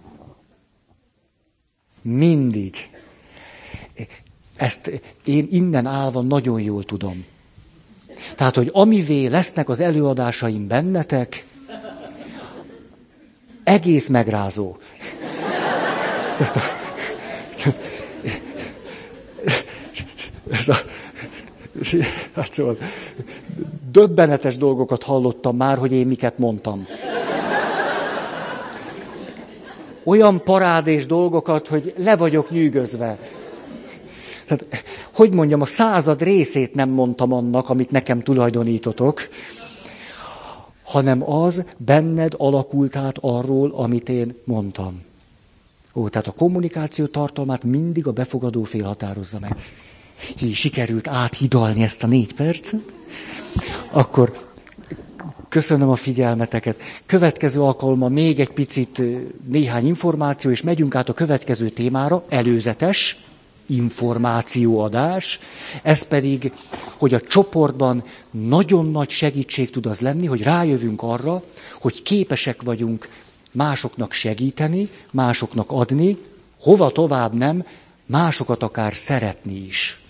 Mindig. Ezt én innen állva nagyon jól tudom. Tehát, hogy amivé lesznek az előadásaim bennetek, egész megrázó. Ez a, hát szóval, döbbenetes dolgokat hallottam már, hogy én miket mondtam. Olyan parádés dolgokat, hogy le vagyok nyűgözve. Tehát, hogy mondjam, a század részét nem mondtam annak, amit nekem tulajdonítotok, hanem az benned alakult át arról, amit én mondtam. Ó, tehát a kommunikáció tartalmát mindig a befogadó fél határozza meg. Hí, sikerült áthidalni ezt a négy percet. Akkor köszönöm a figyelmeteket. Következő alkalommal még egy picit néhány információ, és megyünk át a következő témára, előzetes információadás. Ez pedig, hogy a csoportban nagyon nagy segítség tud az lenni, hogy rájövünk arra, hogy képesek vagyunk másoknak segíteni, másoknak adni, hova tovább nem, másokat akár szeretni is.